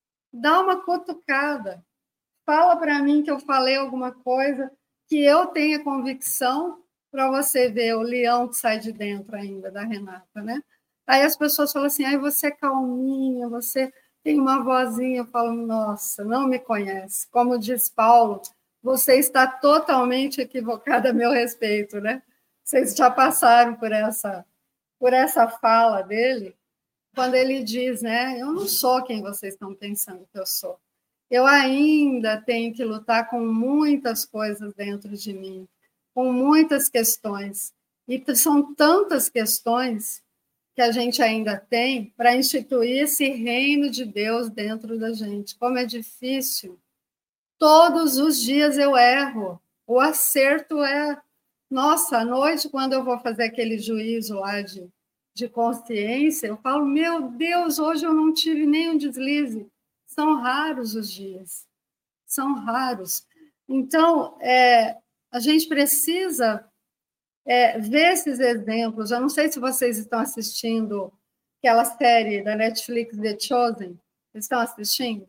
Dá uma cutucada. Fala para mim que eu falei alguma coisa que eu tenha convicção para você ver o leão que sai de dentro ainda da Renata, né? Aí as pessoas falam assim, ai, você é calminha, você tem uma vozinha. Eu falo, nossa, não me conhece. Como diz Paulo, você está totalmente equivocada a meu respeito, né? Vocês já passaram por essa fala dele, quando ele diz, né, eu não sou quem vocês estão pensando que eu sou. Eu ainda tenho que lutar com muitas coisas dentro de mim, com muitas questões. E são tantas questões que a gente ainda tem para instituir esse reino de Deus dentro da gente. Como é difícil. Todos os dias eu erro. O acerto é... Nossa, à noite, quando eu vou fazer aquele juízo lá de consciência, eu falo, meu Deus, hoje eu não tive nenhum deslize. São raros os dias. São raros. Então, a gente precisa ver esses exemplos. Eu não sei se vocês estão assistindo aquela série da Netflix, The Chosen. Vocês estão assistindo?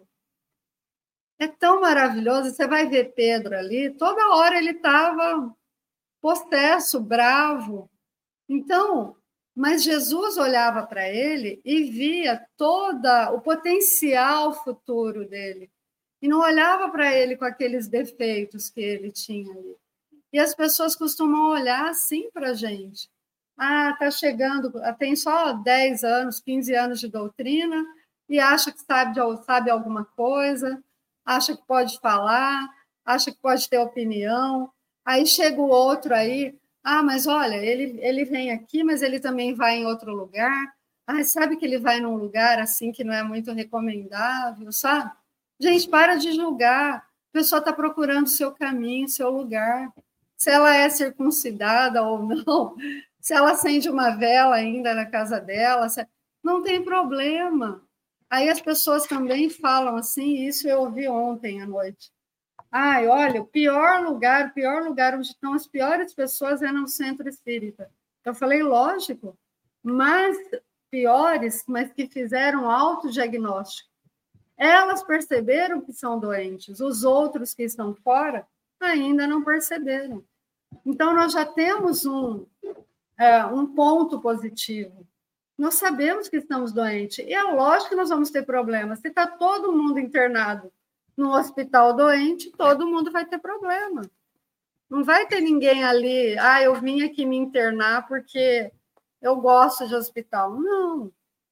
É tão maravilhoso. Você vai ver Pedro ali, toda hora ele estava possesso, bravo. Então, mas Jesus olhava para ele e via todo o potencial futuro dele. E não olhava para ele com aqueles defeitos que ele tinha ali. E as pessoas costumam olhar assim para a gente. Ah, está chegando, tem só 10 anos, 15 anos de doutrina e acha que sabe alguma coisa, acha que pode falar, acha que pode ter opinião. Aí chega o outro aí, ah, mas olha, ele vem aqui, mas ele também vai em outro lugar. Ah, sabe que ele vai num lugar assim que não é muito recomendável, sabe? Gente, para de julgar. A pessoa está procurando o seu caminho, o seu lugar. Se ela é circuncidada ou não, se ela acende uma vela ainda na casa dela, não tem problema. Aí as pessoas também falam assim, isso eu ouvi ontem à noite. Ai, olha, o pior lugar onde estão as piores pessoas é no centro espírita. Eu falei, lógico, mas piores, mas que fizeram autodiagnóstico. Elas perceberam que são doentes, os outros que estão fora ainda não perceberam. Então, nós já temos um ponto positivo. Nós sabemos que estamos doentes, e é lógico que nós vamos ter problemas. Se está todo mundo internado no hospital doente, todo mundo vai ter problema. Não vai ter ninguém ali, eu vim aqui me internar porque eu gosto de hospital. Não.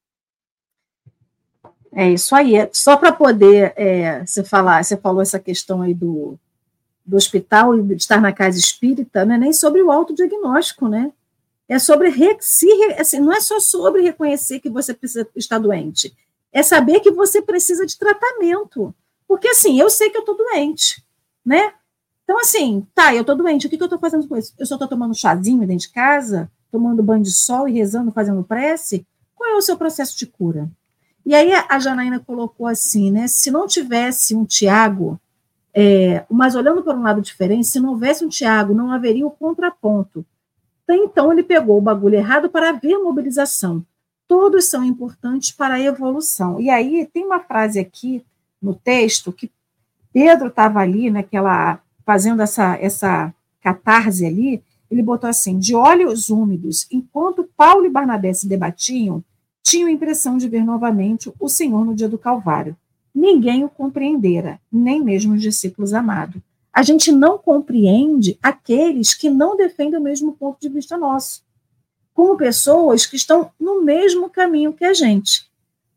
É isso aí. Só para poder você falou essa questão aí do hospital e de estar na casa espírita, não é nem sobre o autodiagnóstico, né? É sobre assim, não é só sobre reconhecer que você precisa estar doente, é saber que você precisa de tratamento. Porque, assim, eu sei que eu estou doente, né? Então, assim, eu estou doente, o que eu estou fazendo com isso? Eu só estou tomando chazinho dentro de casa, tomando banho de sol e rezando, fazendo prece? Qual é o seu processo de cura? E aí a Janaína colocou assim, né? Se não tivesse um Tiago, mas olhando por um lado diferente, se não houvesse um Tiago, não haveria o contraponto. Então ele pegou o bagulho errado para ver a mobilização. Todos são importantes para a evolução. E aí tem uma frase aqui no texto que Pedro estava ali, fazendo essa catarse ali, ele botou assim, de olhos úmidos, enquanto Paulo e Barnabé se debatiam, tinham a impressão de ver novamente o Senhor no dia do Calvário. Ninguém o compreendera, nem mesmo os discípulos amados. A gente não compreende aqueles que não defendem o mesmo ponto de vista nosso, como pessoas que estão no mesmo caminho que a gente.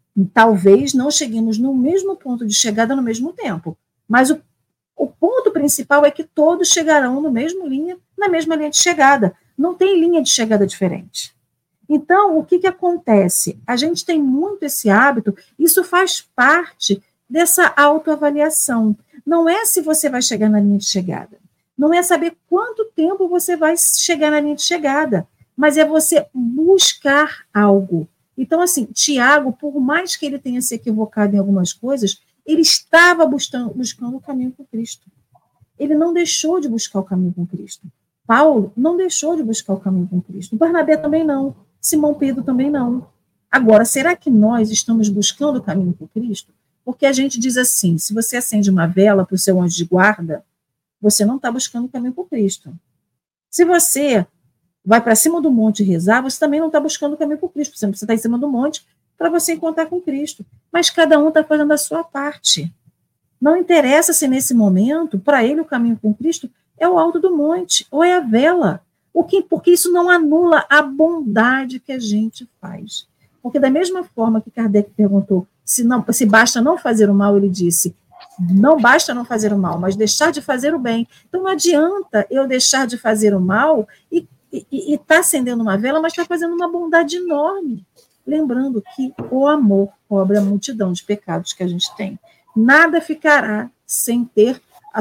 Talvez não cheguemos no mesmo ponto de chegada no mesmo tempo, mas o ponto principal é que todos chegarão na mesma linha de chegada. Não tem linha de chegada diferente. Então, o que acontece? A gente tem muito esse hábito, isso faz parte dessa autoavaliação. Não é se você vai chegar na linha de chegada, não é saber quanto tempo você vai chegar na linha de chegada, mas é você buscar algo. Então, assim, Tiago, por mais que ele tenha se equivocado em algumas coisas, ele estava buscando o caminho com Cristo. Ele não deixou de buscar o caminho com Cristo. Paulo não deixou de buscar o caminho com Cristo. Barnabé também não. Simão Pedro também não. Agora, será que nós estamos buscando o caminho com Cristo? Porque a gente diz assim, se você acende uma vela para o seu anjo de guarda, você não está buscando o caminho com Cristo. Se você vai para cima do monte rezar, você também não está buscando o caminho com Cristo. Você está em cima do monte para você encontrar com Cristo. Mas cada um está fazendo a sua parte. Não interessa se nesse momento, para ele, o caminho com Cristo é o alto do monte, ou é a vela. Porque isso não anula a bondade que a gente faz. Porque da mesma forma que Kardec perguntou se basta não fazer o mal, ele disse, não basta não fazer o mal, mas deixar de fazer o bem. Então não adianta eu deixar de fazer o mal e está acendendo uma vela, mas está fazendo uma bondade enorme. Lembrando que o amor cobre a multidão de pecados que a gente tem. Nada ficará sem ter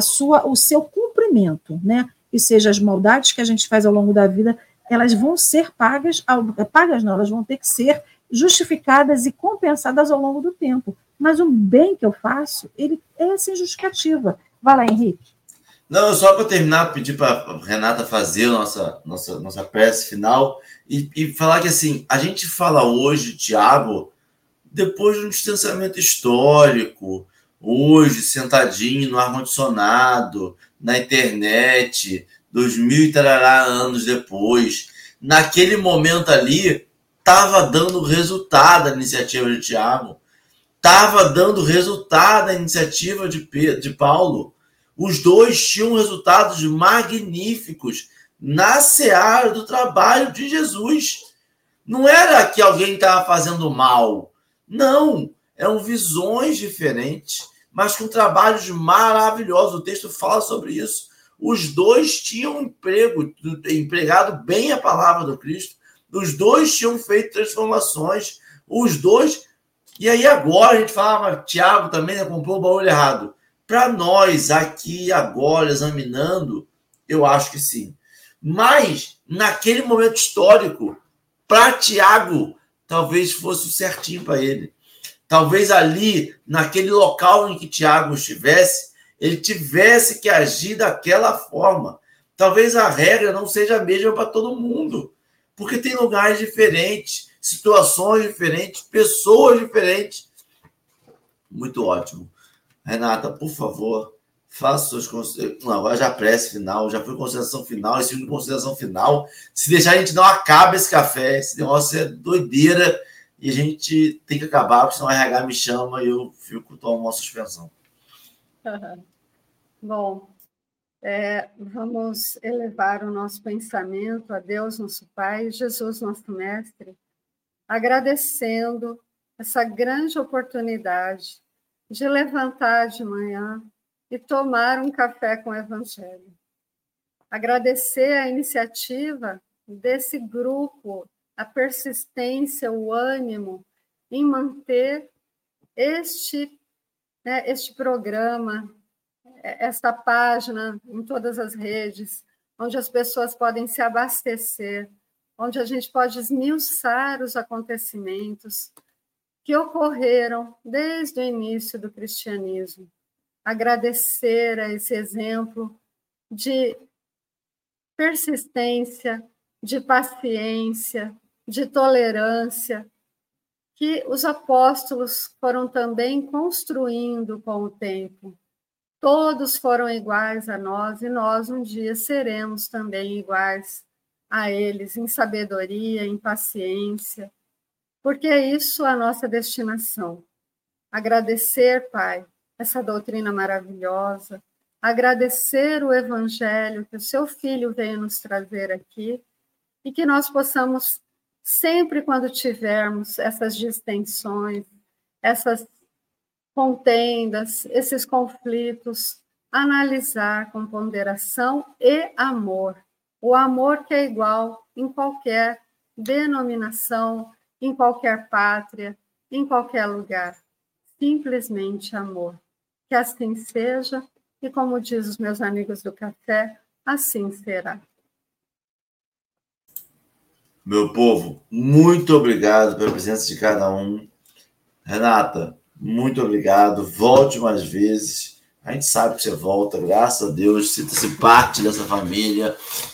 o seu cumprimento, né? Que seja as maldades que a gente faz ao longo da vida, elas vão ser pagas não, elas vão ter que ser justificadas e compensadas ao longo do tempo. Mas o bem que eu faço, ele é sem justificativa. Vai lá, Henrique. Não, só para terminar, pedir para a Renata fazer a nossa prece final e falar que, assim, a gente fala hoje, Tiago, depois de um distanciamento histórico, hoje, sentadinho no ar-condicionado, na internet, 2000 e tarará anos depois. Naquele momento ali, estava dando resultado a iniciativa de Tiago, estava dando resultado a iniciativa de Paulo. Os dois tinham resultados magníficos na seara do trabalho de Jesus. Não era que alguém estava fazendo mal. Não, eram visões diferentes, mas com trabalhos maravilhosos. O texto fala sobre isso. Os dois tinham empregado bem a palavra do Cristo. Os dois tinham feito transformações. Os dois E aí agora a gente fala, mas Tiago também comprou o barulho errado. Para nós, aqui, agora, examinando, eu acho que sim. Mas, naquele momento histórico, para Tiago, talvez fosse o certinho para ele. Talvez ali, naquele local em que Tiago estivesse, ele tivesse que agir daquela forma. Talvez a regra não seja a mesma para todo mundo, porque tem lugares diferentes, situações diferentes, pessoas diferentes. Muito ótimo. Renata, por favor, faça suas considerações. Não, agora já prece final, já foi consideração final, esse de consideração final. Se deixar, a gente não acaba esse café. Esse negócio é doideira e a gente tem que acabar, porque senão o RH me chama e eu fico tomando uma suspensão. Bom, vamos elevar o nosso pensamento a Deus, nosso Pai, Jesus, nosso Mestre, agradecendo essa grande oportunidade de levantar de manhã e tomar um café com o Evangelho. Agradecer a iniciativa desse grupo, a persistência, o ânimo em manter este programa, esta página em todas as redes, onde as pessoas podem se abastecer, onde a gente pode esmiuçar os acontecimentos que ocorreram desde o início do cristianismo. Agradecer a esse exemplo de persistência, de paciência, de tolerância, que os apóstolos foram também construindo com o tempo. Todos foram iguais a nós e nós um dia seremos também iguais a eles em sabedoria, em paciência, porque é isso a nossa destinação. Agradecer, Pai, essa doutrina maravilhosa, agradecer o Evangelho que o Seu Filho veio nos trazer aqui e que nós possamos, sempre quando tivermos essas distensões, essas contendas, esses conflitos, analisar com ponderação e amor. O amor que é igual em qualquer denominação, em qualquer pátria, em qualquer lugar. Simplesmente amor. Que assim seja, e como diz os meus amigos do café, assim será. Meu povo, muito obrigado pela presença de cada um. Renata, muito obrigado. Volte mais vezes. A gente sabe que você volta, graças a Deus. Sinta-se parte dessa família.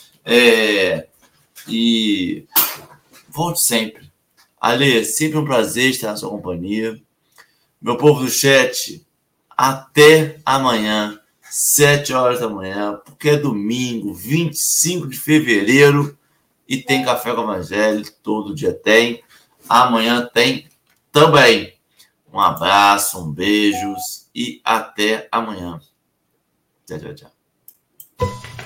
E volte sempre. Ale, sempre um prazer estar na sua companhia. Meu povo do chat, até amanhã, 7 horas da manhã, porque é domingo, 25 de fevereiro, e tem Café com o Evangelho, todo dia tem. Amanhã tem também. Um abraço, um beijo e até amanhã. Tchau, tchau, tchau.